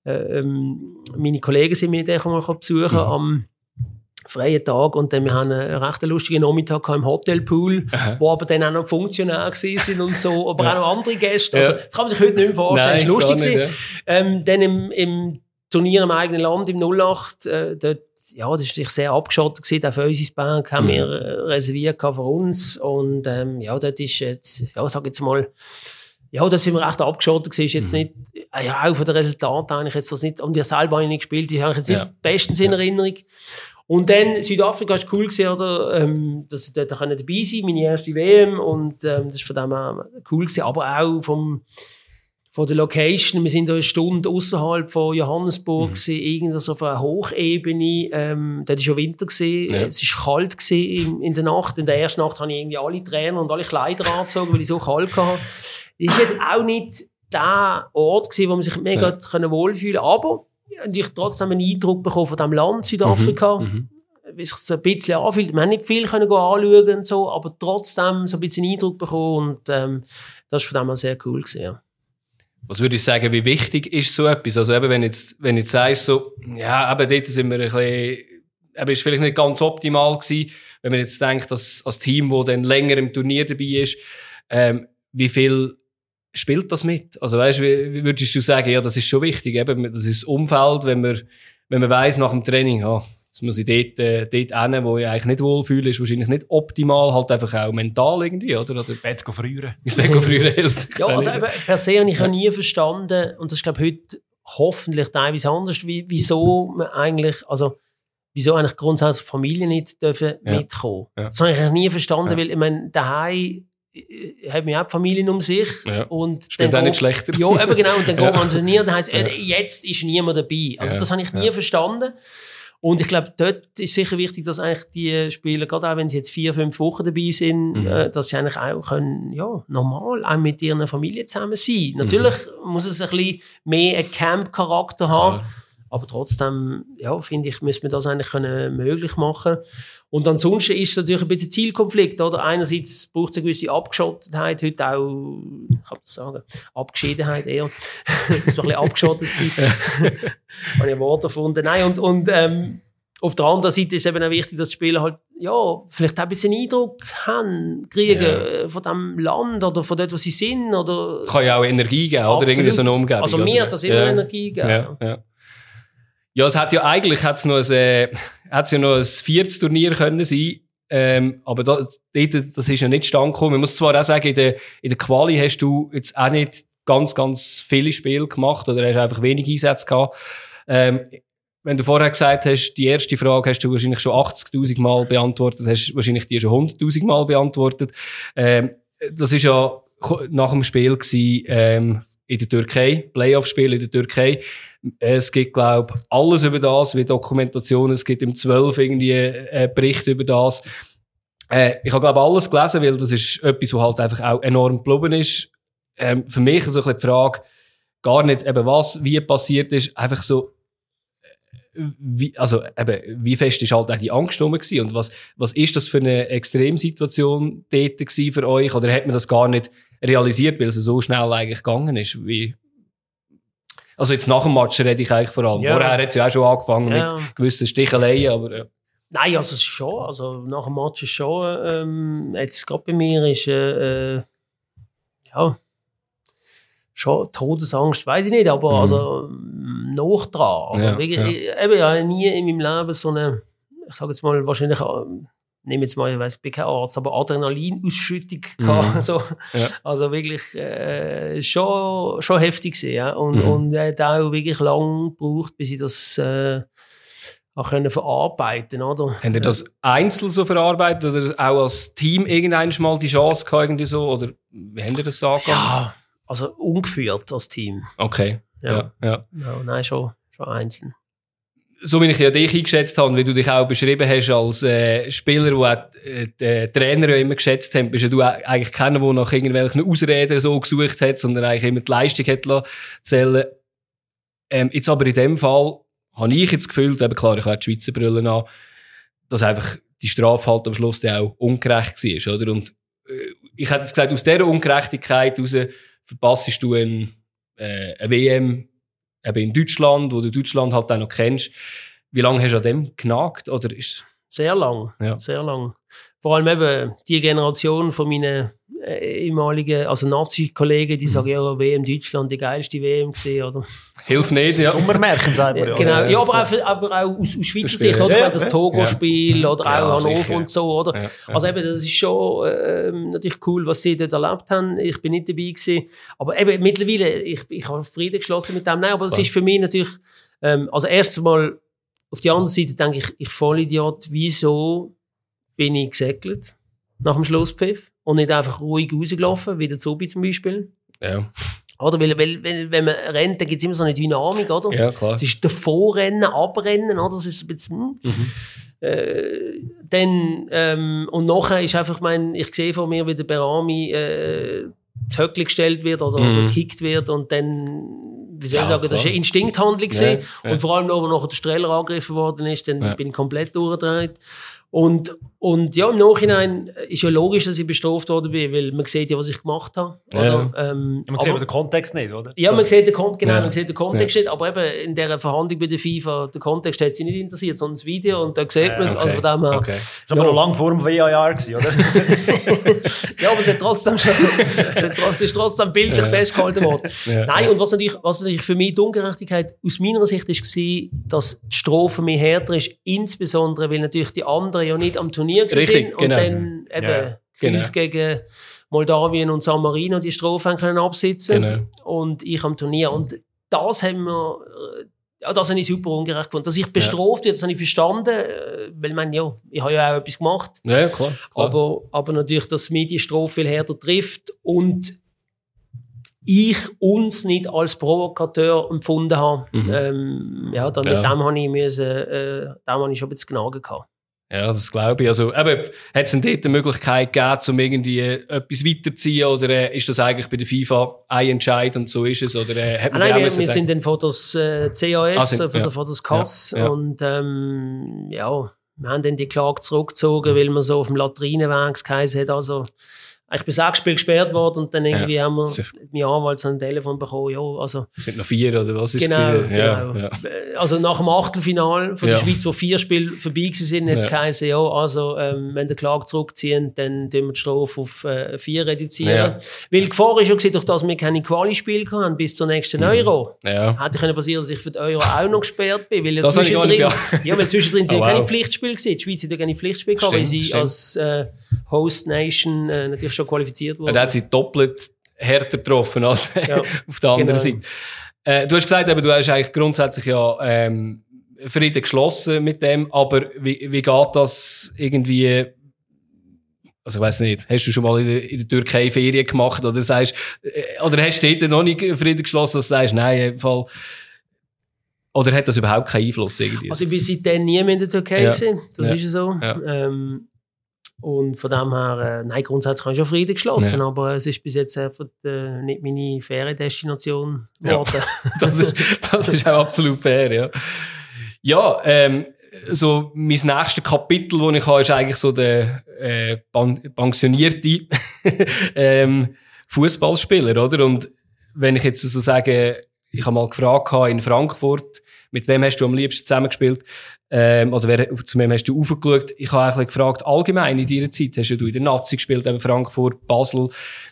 meine Kollegen sind mir den mal besuchen am freien Tag und dann wir haben einen recht lustigen Nachmittag im Hotelpool, wo aber dann auch noch Funktionäre sind und so, aber auch noch andere Gäste. Also, das kann man sich heute nicht mehr vorstellen. Das war lustig. Nicht, dann im Turnier im eigenen Land, im 08, dort, ja, das war sehr abgeschottet gewesen. Auch für unsere Bank haben wir reserviert für uns. Und, ja, dort ist jetzt, ja, sag jetzt mal, ja, da sind wir echt abgeschottet gewesen. Ist jetzt nicht, ja, auch von den Resultaten eigentlich jetzt das nicht, und ich selber habe ich nicht gespielt, die habe ich jetzt nicht bestens in Erinnerung. Und dann, Südafrika war cool gewesen, oder, dass ich dort dabei sein konnte, meine erste WM, und, das war von dem her cool gewesen, aber auch von der Location. Wir sind da eine Stunde außerhalb von Johannesburg gewesen, irgendwas auf einer Hochebene. Dort war schon Winter gewesen. Ja. Es war kalt gewesen in der Nacht. In der ersten Nacht habe ich irgendwie alle Trainer und alle Kleider angezogen, weil ich so kalt hatte. Es war jetzt auch nicht der Ort gewesen, wo man sich mega wohlfühlen konnte. Aber ich trotzdem einen Eindruck bekommen von diesem Land, Südafrika. Wie sich so ein bisschen anfühlt. Wir haben nicht viel anschauen und so, aber trotzdem so ein bisschen Eindruck bekommen. Und das war von dem her sehr cool gewesen, ja. Was würde ich sagen, wie wichtig ist so etwas? Also eben, wenn du sagst, so, ja, eben dort sind wir ein bisschen, eben ist vielleicht nicht ganz optimal gewesen, wenn man jetzt denkt, dass als Team, das dann länger im Turnier dabei ist, wie viel spielt das mit? Also weißt, wie würdest du sagen, ja, das ist schon wichtig, eben, das ist das Umfeld, wenn man weiss nach dem Training, ja, jetzt muss ich dort hin, wo ich eigentlich nicht wohlfühle, ist wahrscheinlich nicht optimal, halt einfach auch mental irgendwie, oder? Bett frieren. Ins Bett frieren hilft. Ja, also eben, per se habe ich nie verstanden, und das ist, glaube ich, heute hoffentlich teilweise anders, wieso eigentlich grundsätzlich Familien nicht dürfen mitkommen. Ja. Das habe ich nie verstanden, weil, ich meine, daheim haben wir auch die Familien um sich. Ja. Und spielt auch nicht schlechter. Ja, eben genau, und dann geht man zu Turnier, dann heisst jetzt ist niemand dabei. Also das habe ich nie verstanden. Und ich glaube, dort ist sicher wichtig, dass eigentlich die Spieler, gerade auch wenn sie jetzt 4-5 Wochen dabei sind, dass sie eigentlich auch können, ja, normal auch mit ihren Familien zusammen sein. Natürlich muss es ein bisschen mehr einen Camp-Charakter haben, aber trotzdem, ja, finde ich, müssen wir das eigentlich möglich machen. Und ansonsten ist es natürlich ein bisschen Zielkonflikt, oder? Einerseits braucht es eine gewisse Abgeschottetheit, heute auch, kann man das sagen, Abgeschiedenheit eher. Muss man ein bisschen abgeschottet sein. Habe ich ein Wort erfunden. Nein, und auf der anderen Seite ist es eben auch wichtig, dass die Spieler halt, ja, vielleicht auch ein bisschen Eindruck kriegen von diesem Land oder von dort, wo sie sind, oder. Kann ja auch Energie geben, oder? Irgendwie so eine Umgebung. Also mir hat das immer Energie gegeben. Ja, es hat ja eigentlich noch ein viertes Turnier können sein, aber das ist ja nicht zustande gekommen. Man muss zwar auch sagen, in der Quali hast du jetzt auch nicht ganz, ganz viele Spiele gemacht oder hast einfach wenig Einsätze gehabt. Wenn du vorher gesagt hast, die erste Frage hast du wahrscheinlich schon 80.000 Mal beantwortet, hast wahrscheinlich die schon 100.000 Mal beantwortet. Das ist ja nach dem Spiel gewesen, in der Türkei, Playoff-Spiel in der Türkei. Es gibt, glaube ich, alles über das, wie Dokumentationen. Es gibt im 12 irgendwie einen Bericht über das. Ich habe, glaube ich, alles gelesen, weil das ist etwas, was halt einfach auch enorm geblieben ist. Für mich ist so ein bisschen die Frage, gar nicht eben was, wie passiert ist, einfach so, wie fest ist halt auch die Angst rum gewesen? Und was ist das für eine Extremsituation dort gewesen für euch? Oder hat man das gar nicht realisiert, weil es so schnell eigentlich gegangen ist? Also jetzt nach dem Match rede ich eigentlich vor allem. Ja. Vorher hat es ja auch schon angefangen mit gewissen Sticheleien, aber ja. Nein, also es ist schon, also nach dem Match ist schon, jetzt gerade bei mir ist, schon Todesangst, weiß ich nicht, aber also noch dran. Also wirklich, ich habe nie in meinem Leben so eine, ich sage jetzt mal wahrscheinlich, nehme jetzt mal, ich bin kein Arzt, aber Adrenalinausschüttung gehabt. So. Ja. Also wirklich schon heftig gewesen, ja. Und hat auch wirklich lang gebraucht, bis ich das auch verarbeiten, oder? Habt ihr das einzeln so verarbeitet oder auch als Team irgendwann mal die Chance gehabt, irgendwie so? Oder wie habt ihr das angegangen? Ja, also ungeführt als Team. Okay. Ja. Nein, schon einzeln. So wie ich ja dich eingeschätzt habe, wie du dich auch beschrieben hast als Spieler, wo auch die Trainer ja immer geschätzt haben, bist ja du eigentlich keiner, der nach irgendwelchen Ausreden so gesucht hat, sondern eigentlich immer die Leistung hat zählen. Jetzt aber in dem Fall habe ich jetzt gefühlt, eben klar, ich habe die Schweizer Brille an, dass einfach die Strafe halt am Schluss dann auch ungerecht war, oder? Und ich hätte jetzt gesagt, aus dieser Ungerechtigkeit heraus verpassest du eine WM eben in Deutschland, wo du Deutschland halt auch noch kennst. Wie lange hast du an dem genagt? Oder ist sehr lang, sehr lang. Vor allem eben die Generation von meinen ehemaligen, also Nazi-Kollegen, die sagen, ja, WM Deutschland, die geilste WM gesehen, oder? Das hilft nicht, ja. Sommermärchen, sagt man. Genau, ja, aber auch aus Schweizer Sicht, oder? Das Togo-Spiel oder auch Hannover und so, oder? Ja. Also eben, das ist schon natürlich cool, was sie dort erlebt haben. Ich bin nicht dabei gewesen. Aber eben, mittlerweile, ich habe Frieden geschlossen mit dem. Nein, aber das ist für mich natürlich, also erstens mal, auf die andere Seite denke ich Vollidiot, wieso bin ich gesegelt nach dem Schlusspfiff und nicht einfach ruhig rausgelaufen, wie der Zobi zum Beispiel. Ja. Oder weil wenn man rennt, dann gibt es immer so eine Dynamik, oder? Ja, klar. Es ist davor-Rennen, Abrennen, oder? Das ist ein bisschen, dann, und nachher ist einfach, ich sehe von mir, wie der Berami Höckli gestellt wird oder gekickt wird und dann, wie soll ich sagen, das war eine Instinkhandlung. Ja. Und vor allem noch, als nachher der Streller angegriffen worden ist, dann bin ich komplett durchgedreht. Und ja, im Nachhinein ist ja logisch, dass ich bestraft worden bin, weil man sieht ja, was ich gemacht habe. Oder? Ja. Man sieht aber den Kontext nicht, oder? Ja, man sieht den Kontext nicht, aber eben in dieser Verhandlung bei der FIFA, der Kontext hat sie nicht interessiert, sondern das Video und da sieht man es. Also von dem her, das war aber noch lang vor dem VAR, oder? Ja, aber es ist trotzdem bildlich festgehalten worden. Ja. Nein, und was natürlich für mich die Ungerechtigkeit aus meiner Sicht war, dass die Strafe mehr härter ist, insbesondere, weil natürlich die anderen ja nicht am Turnier sind und dann eben gegen Moldawien und San Marino die Strafe können absitzen und ich am Turnier. Und das haben wir, das habe ich super ungerecht gefunden. Dass ich bestraft werde, das habe ich verstanden, weil ich habe ja auch etwas gemacht. Ja, klar. Aber natürlich, dass mich die Strafe viel härter trifft und ich uns nicht als Provokateur empfunden habe. Mit dem habe ich schon ein bisschen Gnaden gehabt. Ja, das glaube ich. Also, hat es denn dort eine Möglichkeit gegeben, um irgendwie etwas weiterzuziehen, oder ist das eigentlich bei der FIFA ein Entscheid und so ist es? Oder, wir sind dann von das CAS, von das CAS und wir haben dann die Klage zurückgezogen, weil man so auf dem Latrinenweg geheißen hat, also ich bin 6 Spiele gesperrt worden und dann irgendwie haben wir mein Anwalt so ein Telefon bekommen, also... Es sind noch 4 oder was ist genau. Ja. Also nach dem Achtelfinale von der Schweiz, wo 4 Spiele vorbei sind, hat es geheißen, wenn der Klage zurückziehen, dann tun wir die Strafe auf 4 reduzieren. Ja. Weil die Gefahr ist ja gewesen, durch das wir keine Quali-Spiele hatten bis zur nächsten Euro. Ja. Hätte passieren, dass ich für die Euro auch noch gesperrt bin, weil zwischendrin sind keine Pflichtspiele gewesen. Die Schweiz hat ja keine Pflichtspiele gehabt, weil sie als Host Nation natürlich schon qualifiziert wurde. Da hat sie doppelt härter getroffen als auf der anderen Seite. Du hast gesagt, du hast eigentlich grundsätzlich Frieden geschlossen mit dem, aber wie geht das irgendwie, also ich weiss nicht, hast du schon mal in der Türkei Ferien gemacht oder sagst, oder hast du dort noch nicht Frieden geschlossen, dass du sagst, nein, im Fall, oder hat das überhaupt keinen Einfluss irgendwie? Also ich bin seitdem nie mehr in der Türkei gewesen, das ist so. Ja. Und von dem her, nein, grundsätzlich habe ich schon Frieden geschlossen, aber es ist bis jetzt einfach nicht meine Feriendestination geworden. Das ist auch absolut fair, ja. Ja, so mein nächstes Kapitel, das ich habe, ist eigentlich so der pensionierte Fußballspieler, oder? Und wenn ich jetzt so sage, ich habe mal gefragt in Frankfurt, mit wem hast du am liebsten zusammengespielt? Oder zu wem hast du aufgeschaut? Ich habe eigentlich gefragt, allgemein in deiner Zeit, hast du in der Nazi gespielt, eben Frankfurt, Basel.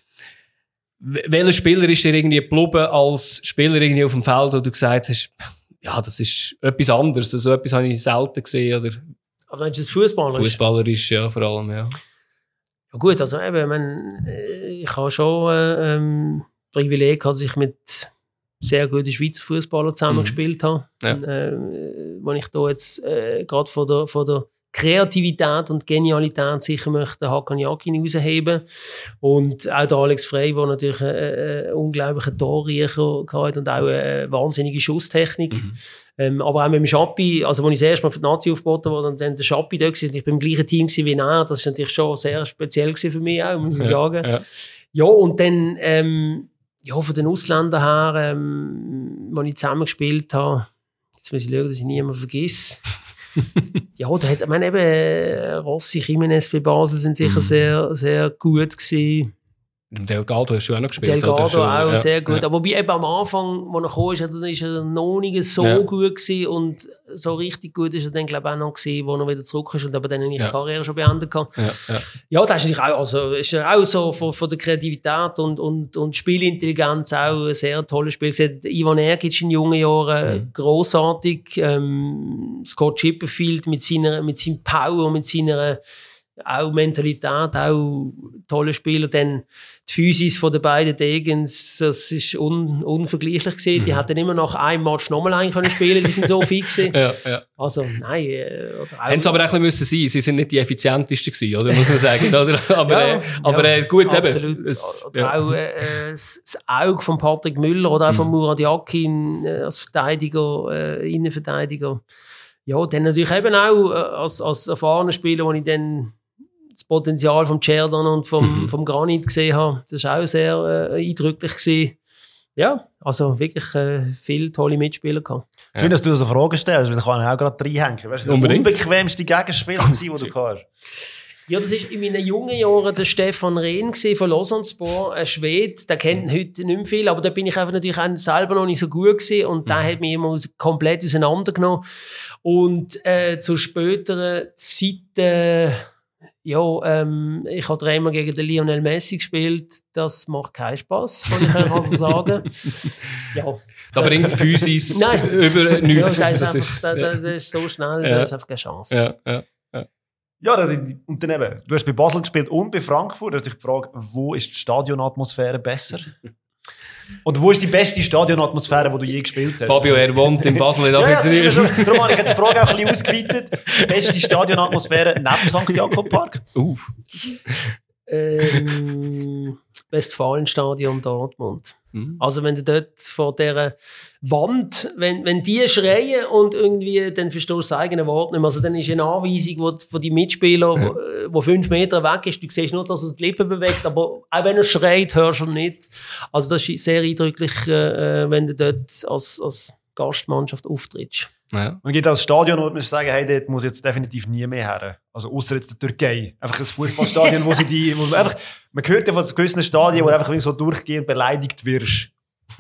Welcher Spieler ist dir irgendwie geblieben als Spieler irgendwie auf dem Feld, wo du gesagt hast, ja, das ist etwas anderes, so etwas habe ich selten gesehen, oder? Also meinst du das Fußballer? Fußballerisch, ja, vor allem, ja. Ja gut, also eben, ich habe schon Privileg, dass ich mit sehr gute Schweizer Fußballer zusammengespielt habe. Ja. Wenn ich da jetzt gerade von der Kreativität und Genialität sicher möchte Hakan Yakin rausheben. Und auch der Alex Frey, der natürlich einen unglaublichen Torriecher hatte und auch eine wahnsinnige Schusstechnik. Aber auch mit dem Schappi, also als ich das erste Mal für die Nazi aufgeboten wurde und dann der Schappi da war, ich bin im gleichen Team wie er, das war natürlich schon sehr speziell für mich auch, muss ich sagen. Ja, und dann von den Ausländern her, wo ich zusammen gespielt habe, jetzt muss ich schauen, dass ich niemanden vergesse. Ja, da hat eben Rossi, Jimenez bei Basel sind sicher sehr, sehr gut gewesen. Delgado hast du auch noch gespielt. Delgado schon, auch sehr gut. Ja. Aber wobei eben am Anfang, als er kam, ist er noch nicht so gut gewesen. Und so richtig gut ist er dann, glaube ich, auch noch gewesen, wo er wieder zurück ist und aber dann nicht die Karriere schon beendet hat. Ja, das ist natürlich auch, also ist er auch so von der Kreativität und Spielintelligenz auch ein sehr tolles Spiel. Ivan Ergic in jungen Jahren grossartig. Scott Chipperfield mit seinem Power, mit seiner auch Mentalität, auch tolle Spieler. Dann die Physis von den beiden Degens, das ist unvergleichlich gewesen. Die hätten immer nach einem Match nochmal einen können spielen, die sind so fit gewesen. Also, nein. Haben sie aber auch ein bisschen sein. Sie sind nicht die effizientesten gewesen, oder? Muss man sagen, oder? Aber gut, absolut. Eben. Auch das Auge von Patrick Müller oder auch von Murat Yakin als Verteidiger, Innenverteidiger. Ja, dann natürlich eben auch als erfahrener Spieler, wo ich dann das Potenzial vom Cerdan und vom Granit gesehen habe. Das war auch sehr eindrücklich gewesen. Ja, also wirklich viele tolle Mitspieler gehabt. Schön, dass du so Fragen stellst, weil ich kann auch gerade reinhängen. Weißt du, der unbequemste Gegenspieler war, den du hast? Ja, das war in meinen jungen Jahren der Stefan Rehn von Lausanne-Sport, ein Schwede. Der kennt heute nicht mehr viel, aber da bin ich einfach natürlich auch selber noch nicht so gut gewesen und der hat mich immer komplett auseinandergenommen. Und zu späteren Zeiten, ich habe dreimal gegen den Lionel Messi gespielt. Das macht keinen Spass, kann ich einfach so sagen. Ja, da bringt Physis über nichts. Ja, das ist so schnell, das ist einfach keine Chance. Ja, und dann eben, du hast bei Basel gespielt und bei Frankfurt. Da ist die Frage, wo ist die Stadionatmosphäre besser? Oder wo ist die beste Stadionatmosphäre, die du je gespielt hast? Fabio, er wohnt in Basel. Darum habe ich jetzt die Frage auch ein bisschen ausgeweitet. Die beste Stadionatmosphäre neben St. Jakob Park? Westfalenstadion Dortmund. Also wenn du dort vor dieser Wand, wenn die schreien und irgendwie, dann verstehst du das eigene Wort nicht mehr. Also dann ist eine Anweisung, wo von die Mitspieler, wo 5 Meter weg ist, du siehst nur, dass er die Lippen bewegt, aber auch wenn er schreit, hörst du ihn nicht. Also das ist sehr eindrücklich, wenn du dort als Gastmannschaft auftrittst. Ja. Und gibt es auch ein Stadion, wo man sagen, hey, dort muss jetzt definitiv nie mehr her. Also ausser jetzt der Türkei. Einfach ein Fußballstadion, man hört ja von gewissen Stadien, wo du einfach so durchgehend beleidigt wirst.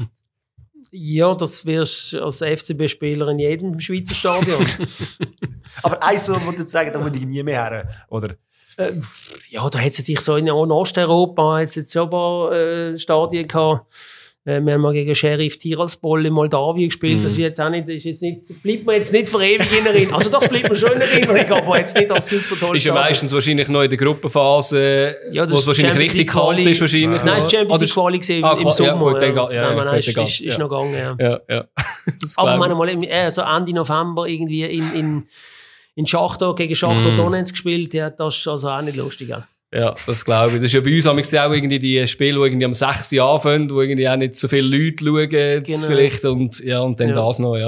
Ja, das wirst du als FCB-Spieler in jedem Schweizer Stadion. Aber eins, wo du sagen, da würde ich nie mehr her, oder? Ja, da hat es natürlich so in Osteuropa jetzt schon ein paar Stadien gehabt. Wir haben mal gegen Sheriff Tiraspol in Moldawien gespielt. Das ist jetzt auch nicht, bleibt mir jetzt nicht für ewig in Erinnerung. Also das bleibt mir schon in Erinnerung, aber jetzt nicht als super toll. Ist ja meistens wahrscheinlich noch in der Gruppenphase, wo es wahrscheinlich richtig kalt ist. Wahrscheinlich. Nein, es war Champions League Quali im Sommer. Ist noch gegangen. Ja. Aber mal so Ende November irgendwie in Schachtor gegen Schachtor Donetsk gespielt. Ja, das ist also auch nicht lustig. Ja, das glaube ich. Das ist ja bei uns auch irgendwie die Spiele, die irgendwie am 6 Uhr anfangen, wo irgendwie auch nicht so viele Leute schauen, vielleicht, und dann das noch,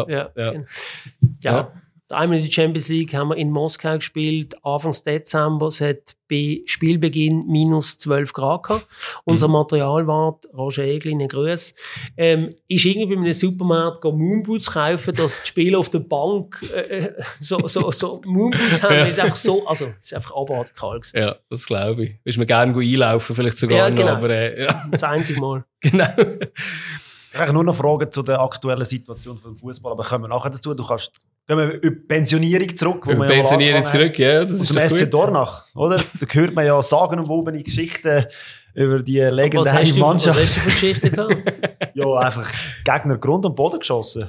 Ja. Einmal in der Champions League haben wir in Moskau gespielt, Anfang Dezember. Es hat bei Spielbeginn minus 12 Grad gehabt. Unser Materialwart, Roger Eglin, Grüß, ist irgendwie bei einem Supermarkt Moonboots kaufen, dass die Spieler auf der Bank so Moonboots haben. Das ist einfach so, also ist einfach abartig kalt. Ja, das glaube ich. Willst du mir gerne einlaufen, vielleicht sogar noch, genau. Aber das einzige Mal. Genau. Ich habe nur noch Fragen zu der aktuellen Situation vom Fußball, aber kommen wir nachher dazu. Gehen wir über Pensionierung zurück. Wo Pensionierung zurück, ja. Das ist zum SC Dornach, oder? Da hört man ja sagenumwobene Geschichten über die legendäre Mannschaft. Was hast du für Geschichten gehabt? Ja, einfach Gegner Grund und Boden geschossen.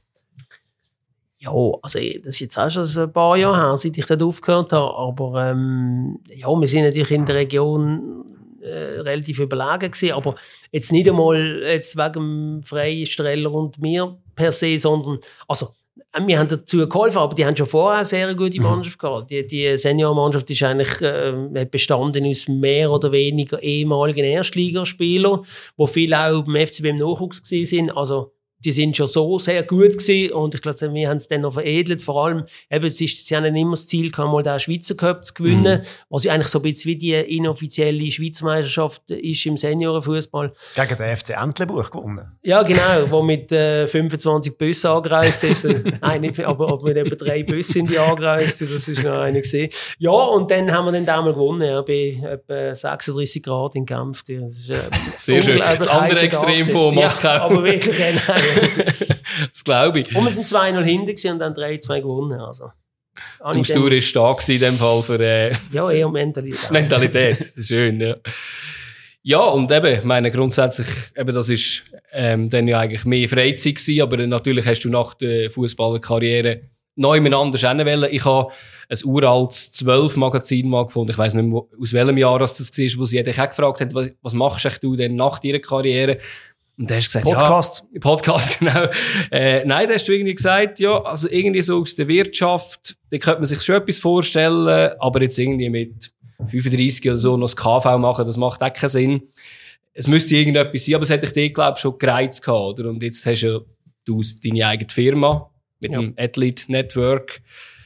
Ja, also das ist jetzt auch schon ein paar Jahre her, seit ich dort aufgehört habe. Aber wir sind natürlich in der Region relativ überlegen gewesen, aber jetzt nicht einmal jetzt wegen dem Freistreller und mir per se, sondern also wir haben dazu geholfen, aber die haben schon vorher eine sehr gute Mannschaft gehabt. Die Seniormannschaft ist eigentlich hat bestanden aus mehr oder weniger ehemaligen Erstligaspielern, die viele auch beim FCB im Nachwuchs gewesen sind. Also die sind schon so sehr gut gewesen und ich glaube, wir haben es dann noch veredelt. Vor allem, eben, sie haben immer das Ziel gehabt, mal den Schweizer Cup zu gewinnen, was ja eigentlich so ein bisschen wie die inoffizielle Schweizer Meisterschaft ist im Seniorenfußball. Gegen den FC Entlebuch gewonnen. Ja, genau, wo mit 25 Bussen angereist ist. Nein, nicht, aber mit etwa 3 Bussen sind die angereist. Das ist noch einer gesehen. Ja, und dann haben wir den einmal gewonnen, ja, bei etwa 36 Grad in Genf. Das ist, sehr schön. Das andere Extrem von Moskau. Ja, aber wirklich, genau. Das glaube ich. Und wir sind 2-0 hinten und dann 3-2 gewonnen. Also, die Ausdauer war stark in dem Fall für... ja, eher Mentalität. Mentalität, schön, ja. Ja, und eben, meine grundsätzlich, eben, das ist dann ja eigentlich mehr Freizeit gewesen, aber natürlich hast du nach der Fußballerkarriere noch jemand anders hinwollen. Ich habe ein uraltes 12-Magazin mal gefunden. Ich weiss nicht mehr, aus welchem Jahr das war, wo sie jeder auch gefragt hat, was machst du denn nach deiner Karriere? Und da hast du gesagt, Podcast. Ja, Podcast, genau. Nein, da hast du irgendwie gesagt, ja, also irgendwie so aus der Wirtschaft, da könnte man sich schon etwas vorstellen, aber jetzt irgendwie mit 35 oder so noch das KV machen, das macht auch keinen Sinn. Es müsste irgendetwas sein, aber es hätte ich dir, glaube ich, schon gereizt gehabt, oder? Und jetzt hast ja du deine eigene Firma mit dem Athlete Network.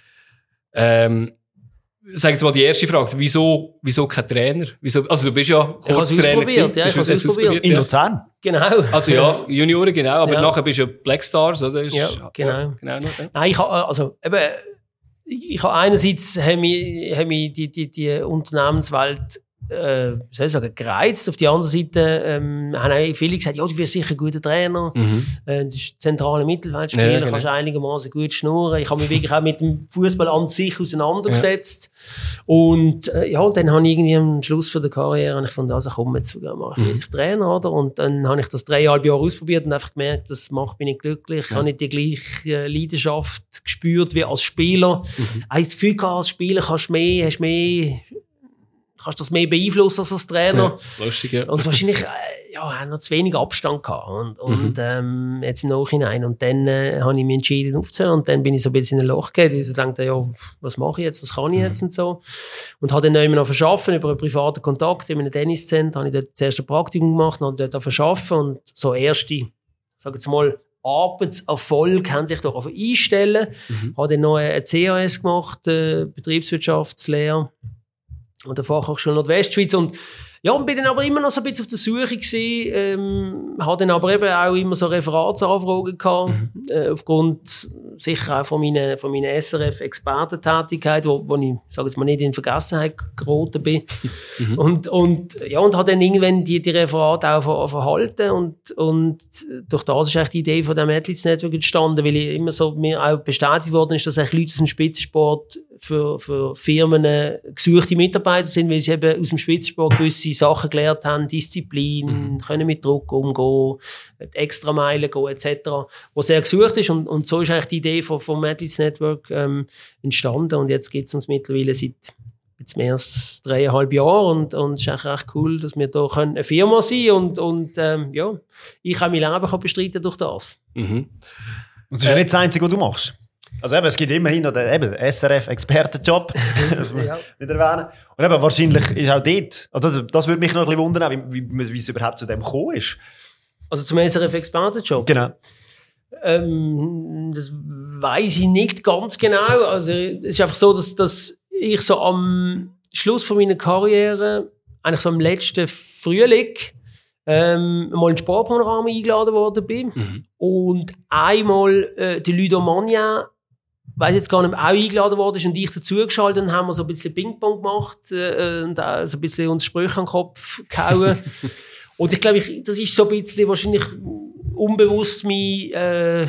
Sag jetzt mal die erste Frage. Wieso kein Trainer? Also du bist ja Kurztrainer gewesen. Ja, ich habe es ausprobiert. In Luzern? Genau. Also ja, Junioren, genau. Aber nachher bist du ja Black Stars, oder? Ja, genau. Nein, ich habe einerseits haben mich die Unternehmenswelt soll ich sagen, gereizt. Auf die andere Seite haben viele gesagt, ja, du wirst sicher ein guter Trainer. Das ist zentrale Mittelfeldspieler, ja, genau. Kannst einigermaßen gut schnurren. Ich habe mich wirklich auch mit dem Fußball an sich auseinandergesetzt. Ja. Und und dann habe ich irgendwie am Schluss von der Karriere ich fand, also komm, jetzt mache ich wirklich Trainer, oder? Und dann habe ich das 3,5 Jahre ausprobiert und einfach gemerkt, das macht mich nicht glücklich. Ich habe nicht die gleiche Leidenschaft gespürt wie als Spieler. Ich habe das Gefühl gehabt, als Spieler kannst das mehr beeinflussen als Trainer. Ja, lustig, ja. Und wahrscheinlich noch zu wenig Abstand gehabt. Und jetzt im Nachhinein. Und dann habe ich mich entschieden aufzuhören. Und dann bin ich so ein bisschen in ein Loch gegangen, weil ich so dachte, ja, was mache ich jetzt, was kann ich jetzt und so. Und habe dann immer noch verschaffen über einen privaten Kontakt in einem Tenniscenter. Habe ich dort das erste Praktikum gemacht und habe dort verschaffen. Und so erste, sag jetzt mal, Arbeitserfolg kann sich doch einstellen. Habe dann noch eine CAS gemacht, Betriebswirtschaftslehre. Und der Fachhochschule Nordwestschweiz. Und bin dann aber immer noch so ein bisschen auf der Suche gewesen, habe dann aber eben auch immer so Referatsanfragen gehabt, aufgrund sicher auch von meiner SRF-Expertentätigkeit, wo ich, sage jetzt mal, nicht in Vergessenheit geraten bin. Und habe dann irgendwann die Referate auch verhalten und durch das ist eigentlich die Idee von dem Athletes Network entstanden, weil ich immer so mir auch bestätigt worden ist, dass eigentlich Leute aus dem Spitzensport für Firmen gesuchte Mitarbeiter sind, weil sie eben aus dem Spitzensport gewisse Sachen gelernt haben, Disziplin, können mit Druck umgehen, extra Meilen gehen etc., was sehr gesucht ist und so ist eigentlich die Idee vom Athletes Network entstanden und jetzt gibt es uns mittlerweile seit jetzt mehr als 3,5 Jahren und es ist eigentlich recht cool, dass wir da eine Firma sein und ich auch mein Leben bestreiten durch das. Und das ist ja nicht das Einzige, was du machst. Also eben, es gibt immerhin noch den SRF-Expertenjob, nicht erwähnen. Und eben, wahrscheinlich ist auch dort, also das würde mich noch ein bisschen wundern, wie es überhaupt zu dem gekommen ist. Also zum SRF-Expertenjob? Genau. Das weiss ich nicht ganz genau. Also es ist einfach so, dass ich so am Schluss von meiner Karriere, eigentlich so im letzten Frühling, mal in Sportpanorama eingeladen worden bin. Und einmal die Ludo Magnin, weiss jetzt gar nicht, auch eingeladen worden ist und ich dazugeschaltet, dann haben wir so ein bisschen Ping-Pong gemacht und auch so ein bisschen uns Sprüche an den Kopf gehauen. Und ich glaube, das ist so ein bisschen wahrscheinlich unbewusst mein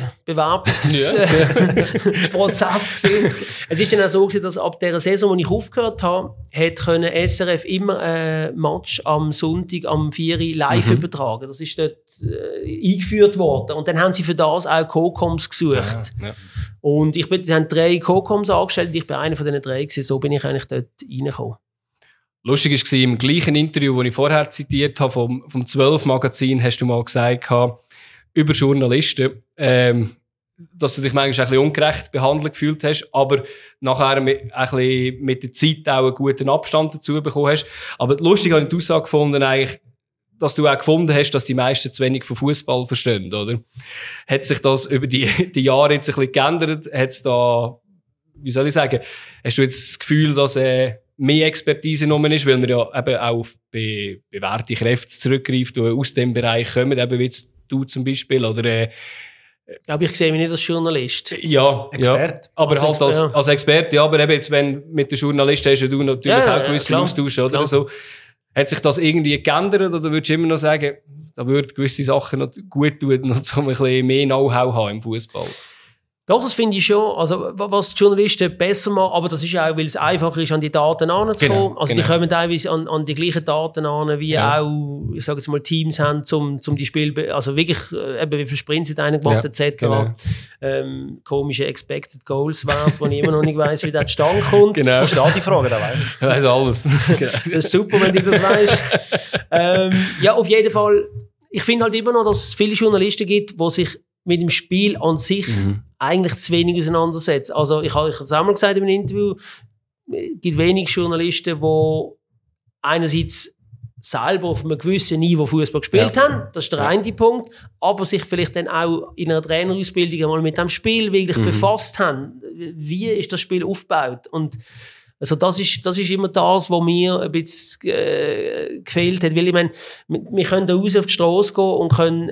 Bewerbungsprozess gewesen. Es ist dann auch so gewesen, dass ab der Saison, wo ich aufgehört habe, hat SRF immer ein Match am Sonntag am 4 Uhr live übertragen. Das ist dort eingeführt worden. Und dann haben sie für das auch Co-Coms gesucht. Ja. Und sie haben 3 Co-Coms angestellt und ich bin einer von diesen 3 gewesen. So bin ich eigentlich dort reingekommen. Lustig war, im gleichen Interview, das ich vorher zitiert habe, vom 12-Magazin, hast du mal gesagt, über Journalisten, dass du dich manchmal ein bisschen ungerecht behandelt gefühlt hast, aber nachher ein bisschen mit der Zeit auch einen guten Abstand dazu bekommen hast. Aber lustig habe ich die Aussage gefunden, eigentlich, dass du auch gefunden hast, dass die meisten zu wenig von Fußball verstehen, oder? Hat sich das über die Jahre jetzt ein bisschen geändert? Hat's da, wie soll ich sagen, hast du jetzt das Gefühl, dass mehr Expertise genommen ist, weil man ja eben auch auf bewährte Kräfte zurückgreift, die aus dem Bereich kommen, eben wie du zum Beispiel, oder aber ich sehe mich nicht als Journalist. Ja, Experte. Ja. Aber halt als Experte, ja, aber eben jetzt, wenn mit den Journalisten hast du natürlich auch gewisse Austausch, oder klar. So. Hat sich das irgendwie geändert, oder würdest du immer noch sagen, da würde gewisse Sachen noch gut tun, noch so ein bisschen mehr Know-how haben im Fußball? Doch, das finde ich schon. Also, was die Journalisten besser machen, aber das ist auch, weil es einfacher ist, an die Daten heranzukommen. Genau, also, die kommen teilweise an die gleichen Daten an, wie auch, ich sage jetzt mal, Teams haben, zum die Spiel, also wirklich, eben, wie viele Sprints sie einen gemacht, etc. Genau. Komische Expected Goals Wert, wo ich immer noch nicht weiss, wie der zustande kommt. Genau. Wo steht die Frage, da weiss ich. Ich weiss alles. Das ist super, wenn du das weisst. Ja, auf jeden Fall, ich finde halt immer noch, dass es viele Journalisten gibt, die sich mit dem Spiel an sich eigentlich zu wenig auseinandersetzen. Also ich habe es auch mal gesagt in einem Interview, es gibt wenige Journalisten, die einerseits selber auf einem gewissen Niveau Fußball gespielt haben, das ist der eine Punkt, aber sich vielleicht dann auch in einer Trainerausbildung einmal mit dem Spiel wirklich befasst haben. Wie ist das Spiel aufgebaut? Und also das ist immer das, was mir ein bisschen gefehlt hat. Weil ich meine, wir können da raus auf die Straße gehen und können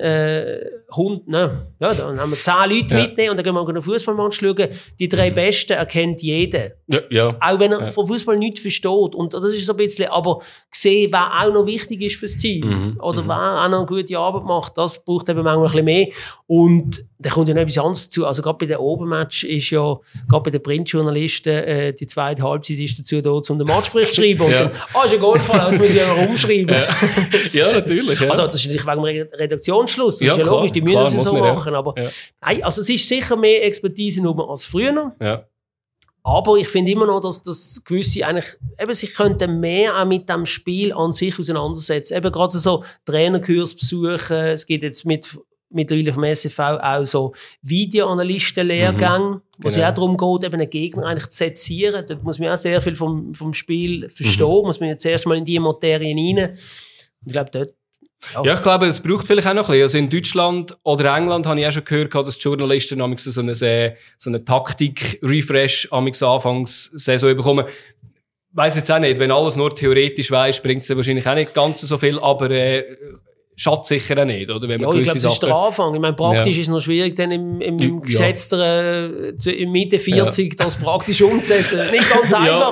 dann haben wir 10 Leute mitnehmen und dann gehen wir einen Fußballmatch schauen. Die 3 Besten erkennt jeder. Ja. Auch wenn er von Fußball nichts versteht. Und das ist so ein bisschen, aber sehen, wer auch noch wichtig ist fürs Team. Oder wer auch noch eine gute Arbeit macht, das braucht eben manchmal ein bisschen mehr. Und da kommt ja noch etwas anderes dazu. Also gerade bei den Obermatch ist ja, gerade bei den Printjournalisten, die zweite Halbzeit ist dazu da, um den Matchbericht zu schreiben. Und dann, ist ein Goal gefallen, jetzt muss ich ja noch umschreiben. Ja, natürlich. Ja. Also das ist natürlich wegen dem Redaktionsschluss, das ist ja logisch, die müssen es so machen. Aber nein, also es ist sicher mehr Expertise nur als früher. Ja. Aber ich finde immer noch, dass gewisse eigentlich, eben, sich könnten mehr auch mit dem Spiel an sich auseinandersetzen. Eben gerade so Trainerkurs besuchen. Es gibt jetzt mittlerweile vom SFV auch so Videoanalysten-Lehrgänge, wo es ja auch darum geht, eben einen Gegner eigentlich zu sezieren. Da muss man auch sehr viel vom Spiel verstehen, muss man jetzt erst mal in die Materien rein. Ich glaube, dort. Ja, ich glaube, es braucht vielleicht auch noch ein bisschen. Also in Deutschland oder England habe ich auch schon gehört, dass die Journalisten so eine Taktik-Refresh Anfangssaison bekommen. Ich weiss jetzt auch nicht, wenn alles nur theoretisch weiss, bringt es wahrscheinlich auch nicht ganz so viel, aber schadet sicher auch nicht, oder? Wenn man ich glaube, das ist der Anfang. Ich meine, praktisch ist es noch schwierig, dann im gesetzten, im Mitte 40 das praktisch umzusetzen. Nicht ganz einfach,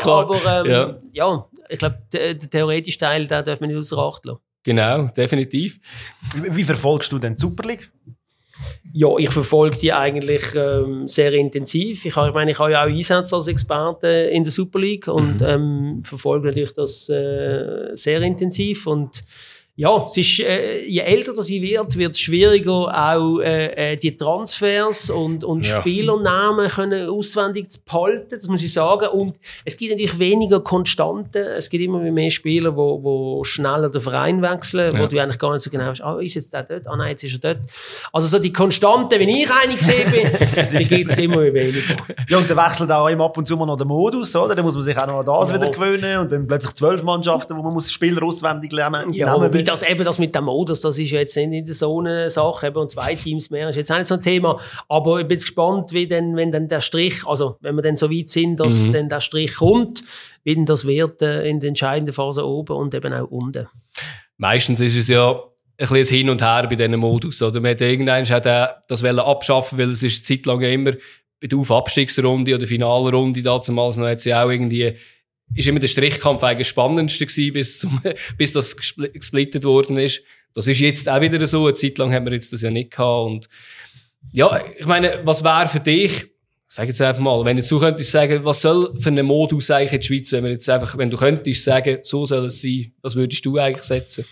aber ich glaube, der theoretische Teil, den darf man nicht außer Acht lassen. Genau, definitiv. Wie verfolgst du denn die Super League? Ja, ich verfolge die eigentlich sehr intensiv. Ich habe ja auch Einsätze als Experte in der Super League und verfolge natürlich das sehr intensiv. Und ja, es ist, je älter das ich wird es schwieriger, auch die Transfers und Spielernamen können auswendig zu behalten, das muss ich sagen. Und es gibt natürlich weniger Konstanten. Es gibt immer mehr Spieler, die schneller den Verein wechseln, wo du eigentlich gar nicht so genau weißt, ist jetzt der dort? Nein, jetzt ist er dort. Also so die Konstanten, wenn ich eine gesehen bin, die gibt es immer weniger. Ja, und dann wechselt auch immer ab und zu mal noch den Modus, oder? Dann muss man sich auch noch an das wieder gewöhnen und dann plötzlich 12 Mannschaften, wo man muss Spieler auswendig lernen. Ja, das mit dem Modus, das ist ja jetzt nicht so eine Sache, und 2 Teams mehr, ist jetzt auch nicht so ein Thema, aber ich bin gespannt, wie denn, wenn dann der Strich, also wenn wir dann so weit sind, dass dann der Strich kommt, wie denn das wird in der entscheidenden Phase oben und eben auch unten. Meistens ist es ja ein bisschen Hin und Her bei diesem Modus, oder? Man hat irgendwann das abschaffen, weil es ist eine Zeit lang immer bei der Auf-Abstiegsrunde oder Finalrunde damals noch, hat sie auch irgendwie ist immer der Strichkampf eigentlich spannendste gewesen, bis das gesplittet worden ist. Das ist jetzt auch wieder so. Eine Zeit lang haben wir jetzt das ja nicht gehabt. Und ja, ich meine, was wäre für dich, sag jetzt einfach mal, wenn jetzt du könntest sagen, was soll für einen Modus eigentlich in der Schweiz, wenn du könntest sagen, so soll es sein, was würdest du eigentlich setzen?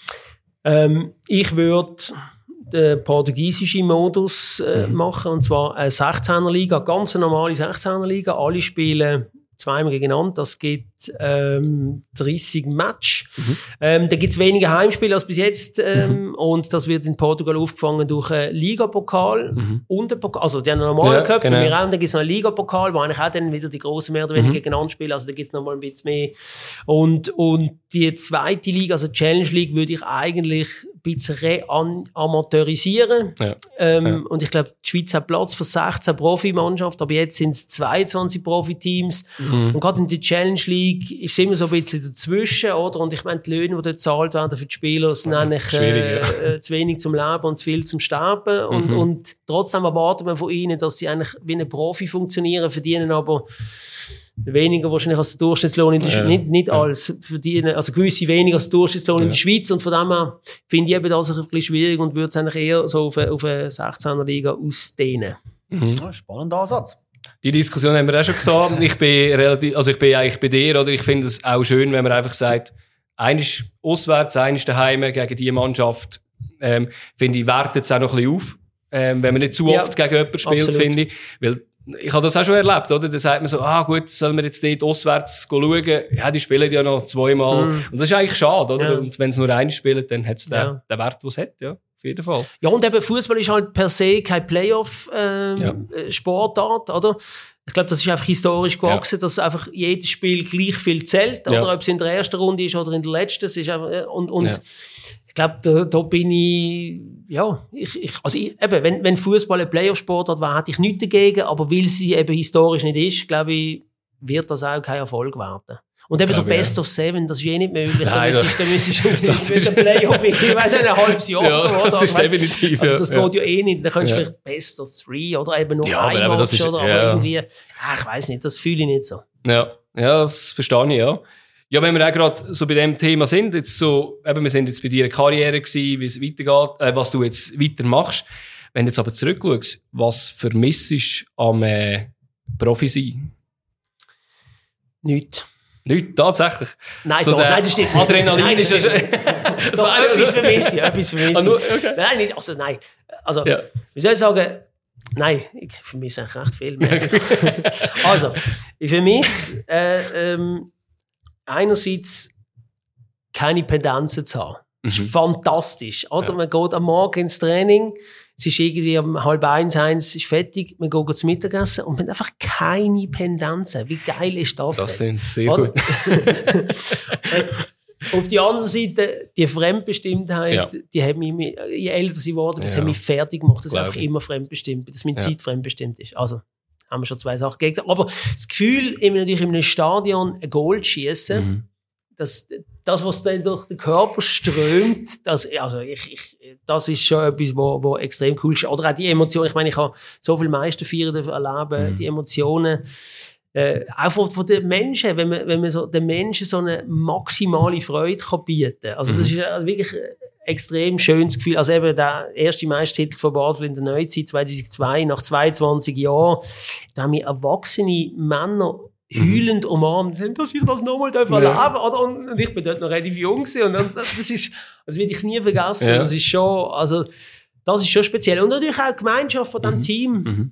Ich würde den portugiesischen Modus machen, und zwar eine 16er-Liga, ganz normale 16er-Liga. Alle spielen zweimal gegeneinander. Das geht 30 Matches. Da gibt es weniger Heimspiele als bis jetzt. Und das wird in Portugal aufgefangen durch einen Ligapokal und einen Pokal. Also die haben einen normalen Cup, genau. Und dann gibt es noch einen Ligapokal, wo eigentlich auch dann wieder die Grossen mehr oder weniger gegeneinander spielen. Also da gibt es noch mal ein bisschen mehr. Und die zweite Liga, also die Challenge League, würde ich eigentlich ein bisschen amateurisieren. Und ich glaube, die Schweiz hat Platz für 16 Profimannschaften, aber jetzt sind es 22 Profiteams. Und gerade in der Challenge League ist es immer so ein bisschen dazwischen, oder? Und ich meine, die Löhne, die dort gezahlt werden für die Spieler, sind eigentlich zu wenig zum Leben und zu viel zum Sterben. Und trotzdem erwartet man von ihnen, dass sie eigentlich wie ein Profi funktionieren, verdienen aber weniger wahrscheinlich als der Durchschnittslohn in der Schweiz, nicht als verdienen, also gewisse weniger als der Durchschnittslohn in der Schweiz, und von dem her finde ich eben das ein bisschen schwierig und würde es eigentlich eher so auf eine 16er Liga ausdehnen. Spannender Ansatz. Die Diskussion haben wir auch schon gesagt. Ich bin eigentlich bei dir, oder? Ich finde es auch schön, wenn man einfach sagt, eines auswärts, eines daheim gegen die Mannschaft, finde ich, wertet es auch noch ein bisschen auf. Wenn man nicht zu oft gegen jemanden spielt, finde ich. Weil ich habe das auch schon erlebt, oder? Da sagt man so, gut, sollen wir jetzt dort auswärts schauen? Ja, die spielen ja noch zweimal. Und das ist eigentlich schade, oder? Ja. Und wenn es nur einer spielt, dann hat es den Wert, den es hat, ja. Auf jeden Fall. Ja, und eben Fußball ist halt per se kein Playoff-Sportart, oder? Ich glaube, das ist einfach historisch gewachsen, dass einfach jedes Spiel gleich viel zählt, oder? Ob es in der ersten Runde ist oder in der letzten. Es ist einfach, ich glaube, da bin ich, wenn Fußball ein Playoff-Sportart war, hätte ich nichts dagegen, aber weil sie eben historisch nicht ist, glaube ich, wird das auch kein Erfolg werden. Und eben so Best of Seven, das ist nicht möglich. Nein, dann müsstest du mit dem Playoff, ich weiss nicht, ein halbes Jahr. Ja, oder? Das ist definitiv. Also das geht ja nicht. Dann könntest du vielleicht Best of Three oder eben nur ein Match oder aber irgendwie, ich weiss nicht, das fühle ich nicht so. Ja, das verstehe ich, ja. Ja, wenn wir auch gerade so bei dem Thema sind, jetzt so, eben, wir sind jetzt bei dir eine Karriere gewesen, wie es weitergeht, was du jetzt weitermachst. Wenn du jetzt aber zurückschaust, was vermisst du am Profi sein? Nichts, tatsächlich. Nein, so nein, das stimmt. Adrenalin nein, ist ja schon. Etwas vermisse ich. Okay. Nein, nicht, nein. Also, wie soll ich sagen? Nein, ich vermisse eigentlich recht viel mehr. Okay. Also, ich vermisse einerseits keine Pendenzen zu haben. Das ist fantastisch. Oder? Man geht am Morgen ins Training, es ist irgendwie um 12:30, ist fertig, man geht zum Mittagessen und man hat einfach keine Pendenzen. Wie geil ist das denn? Das sind sehr gut. Auf die andere Seite, die Fremdbestimmtheit, die hat mich, je älter sie geworden, das hat mich fertig gemacht, dass einfach immer fremdbestimmt bin, dass meine Zeit fremdbestimmt ist. Also, haben wir schon 2 Sachen gesagt. Aber das Gefühl, natürlich in einem Stadion ein Goal zu schiessen, das, was dann durch den Körper strömt, das ist schon etwas, wo extrem cool ist. Oder auch die Emotionen. Ich meine, ich habe so viele Meisterfeiern erleben, die Emotionen, auch von den Menschen, wenn man so den Menschen so eine maximale Freude kann bieten. Also das ist wirklich ein extrem schönes Gefühl. Also eben der erste Meistertitel von Basel in der Neuzeit 2002, nach 22 Jahren, da haben wir erwachsene Männer heulend umarmt, dass ich das nochmal erleben darf. Und ich bin dort noch relativ jung gewesen. Und das werde ich nie vergessen. Ja. Das ist schon speziell. Und natürlich auch die Gemeinschaft von diesem Team.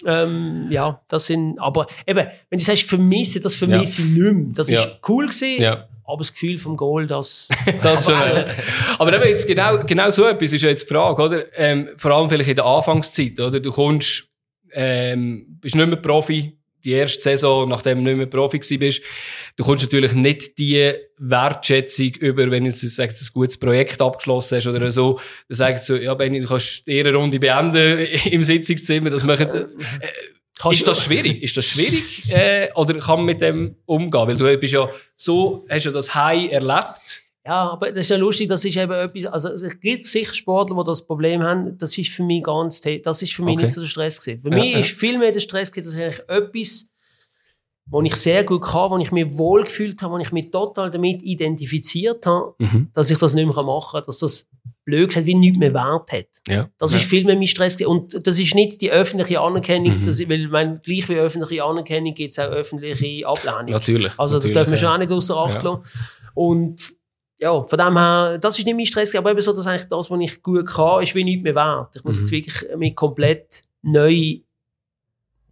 Das sind, aber eben, wenn du sagst, vermisse, das vermisse ich nicht mehr. Das ist cool gewesen. Ja. Aber das Gefühl vom Goal, das schon. Aber eben jetzt genau so etwas ist ja jetzt die Frage, oder? Vor allem vielleicht in der Anfangszeit, oder? Du kommst, bist nicht mehr Profi, die erste Saison, nachdem du nicht mehr Profi gewesen bist. Du kommst natürlich nicht die Wertschätzung über, wenn du jetzt ein gutes Projekt abgeschlossen hast oder so. Dann sagst du, ja, Benni, du kannst die Ehrenrunde beenden im Sitzungszimmer. Das machen, ist das schwierig? Oder kann man mit dem umgehen? Weil du bist ja so, hast ja das High erlebt. Ja, aber das ist ja lustig, das ist eben etwas, also es gibt sicher Sportler, die das Problem haben, das ist für mich nicht so der Stress gewesen. Für mich ist viel mehr der Stress gewesen, dass eigentlich etwas, wo ich sehr gut kann, wo ich mich wohlgefühlt habe, wo ich mich total damit identifiziert habe, dass ich das nicht mehr machen kann, dass das blöd gesagt wie nichts mehr Wert hat. Ja. Das ist viel mehr mein Stress gewesen. Und das ist nicht die öffentliche Anerkennung, weil gleich wie öffentliche Anerkennung gibt es auch öffentliche Ablehnung. Natürlich. Also das darf man schon auch nicht außer Acht lassen. Und ja, von dem her, das ist nicht mein Stress, aber eben so, dass eigentlich das, was ich gut kann, ist wie nichts mehr wert. Ich muss jetzt wirklich mich komplett neu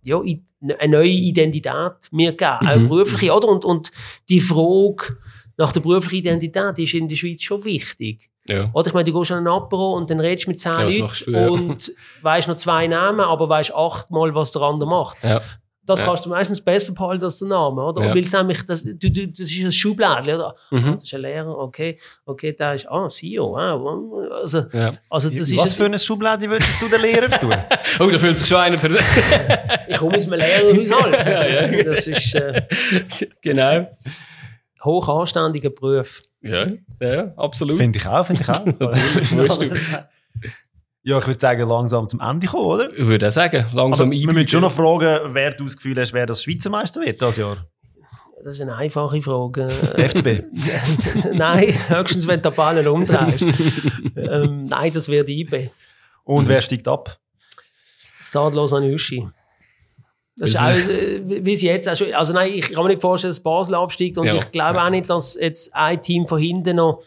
eine neue Identität mir gegeben, auch berufliche, oder? Und die Frage nach der beruflichen Identität ist in der Schweiz schon wichtig. Ja. Oder ich meine, du gehst an einen Apero und dann redest mit 10 Leuten und weisst noch 2 Namen, aber weisst 8-mal, was der andere macht. Ja. Das kannst du meistens besser behalten als der Name, oder? Ja. Weil es nämlich, das ist ein Schublädchen, oder? Das ist ein Lehrer, okay, da ist, CEO, also das ist... Was für ein Schublädchen würdest du den Lehrer tun? Oh, da fühlt sich schon einer... Ich komme aus einem Lehrerhaushalt. Das ist... Genau. Hoch anständiger Beruf. Ja, absolut. Finde ich auch. Natürlich, weißt du. Ja, ich würde sagen, langsam zum Ende kommen, oder? Ich würde auch sagen, langsam einbieten. Wir müssen schon noch fragen, wer du das Gefühl hast, wer das Schweizer Meister wird dieses Jahr. Das ist eine einfache Frage. Der FCB? Nein, höchstens, wenn du die Ballen umdrehst. Nein, das wird IB. Und wer steigt ab? Stadlos an Uschi. Das ist auch, wie sie jetzt auch schon, also nein, ich kann mir nicht vorstellen, dass Basel absteigt und ich glaube auch nicht, dass jetzt ein Team von hinten noch,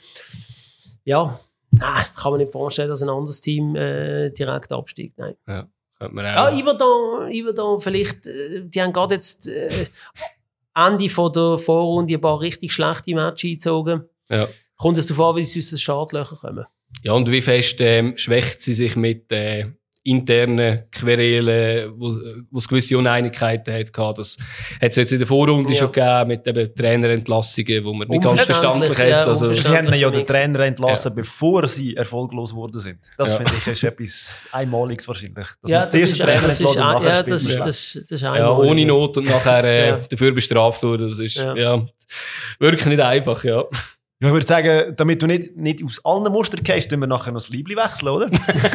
nein, kann man nicht vorstellen, dass ein anderes Team direkt absteigt, nein. Ja, könnte man auch. Iverdon, vielleicht, die haben gerade jetzt Ende von der Vorrunde ein paar richtig schlechte Matches eingezogen. Ja. Kommt es darauf an, wie sie aus den Startlöchern kommen? Ja, und wie fest schwächt sie sich mit internen Querelen, wo es gewisse Uneinigkeiten hat. Das hat es jetzt in der Vorrunde schon gegeben, mit eben Trainerentlassungen, wo man nicht ganz verständlich hat. Also, sie haben ja den Trainer entlassen, bevor sie erfolglos geworden sind. Das finde ich ist etwas Einmaliges wahrscheinlich. Dass man den ersten Trainer entlassen und nachher spielt. Das ist einmalig. Ohne Not und nachher dafür bestraft wurde. Das ist wirklich nicht einfach, ja. Ja, ich würde sagen, damit du nicht aus allen Mustern gehst, tun wir nachher noch das Liebli wechseln, oder?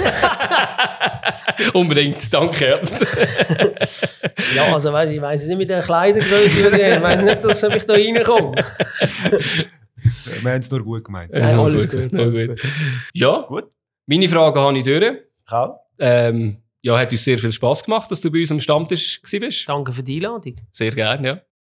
Unbedingt, danke. Ja, also ich weiss nicht mit der Kleidergröße, ich weiss nicht, dass ich da reinkomme. Wir haben es nur gut gemeint. Nein, alles gut. Ja, gut. Meine Frage habe ich durch. Auch. Hat uns sehr viel Spass gemacht, dass du bei uns am Stammtisch warst. Danke für die Einladung. Sehr gerne, ja.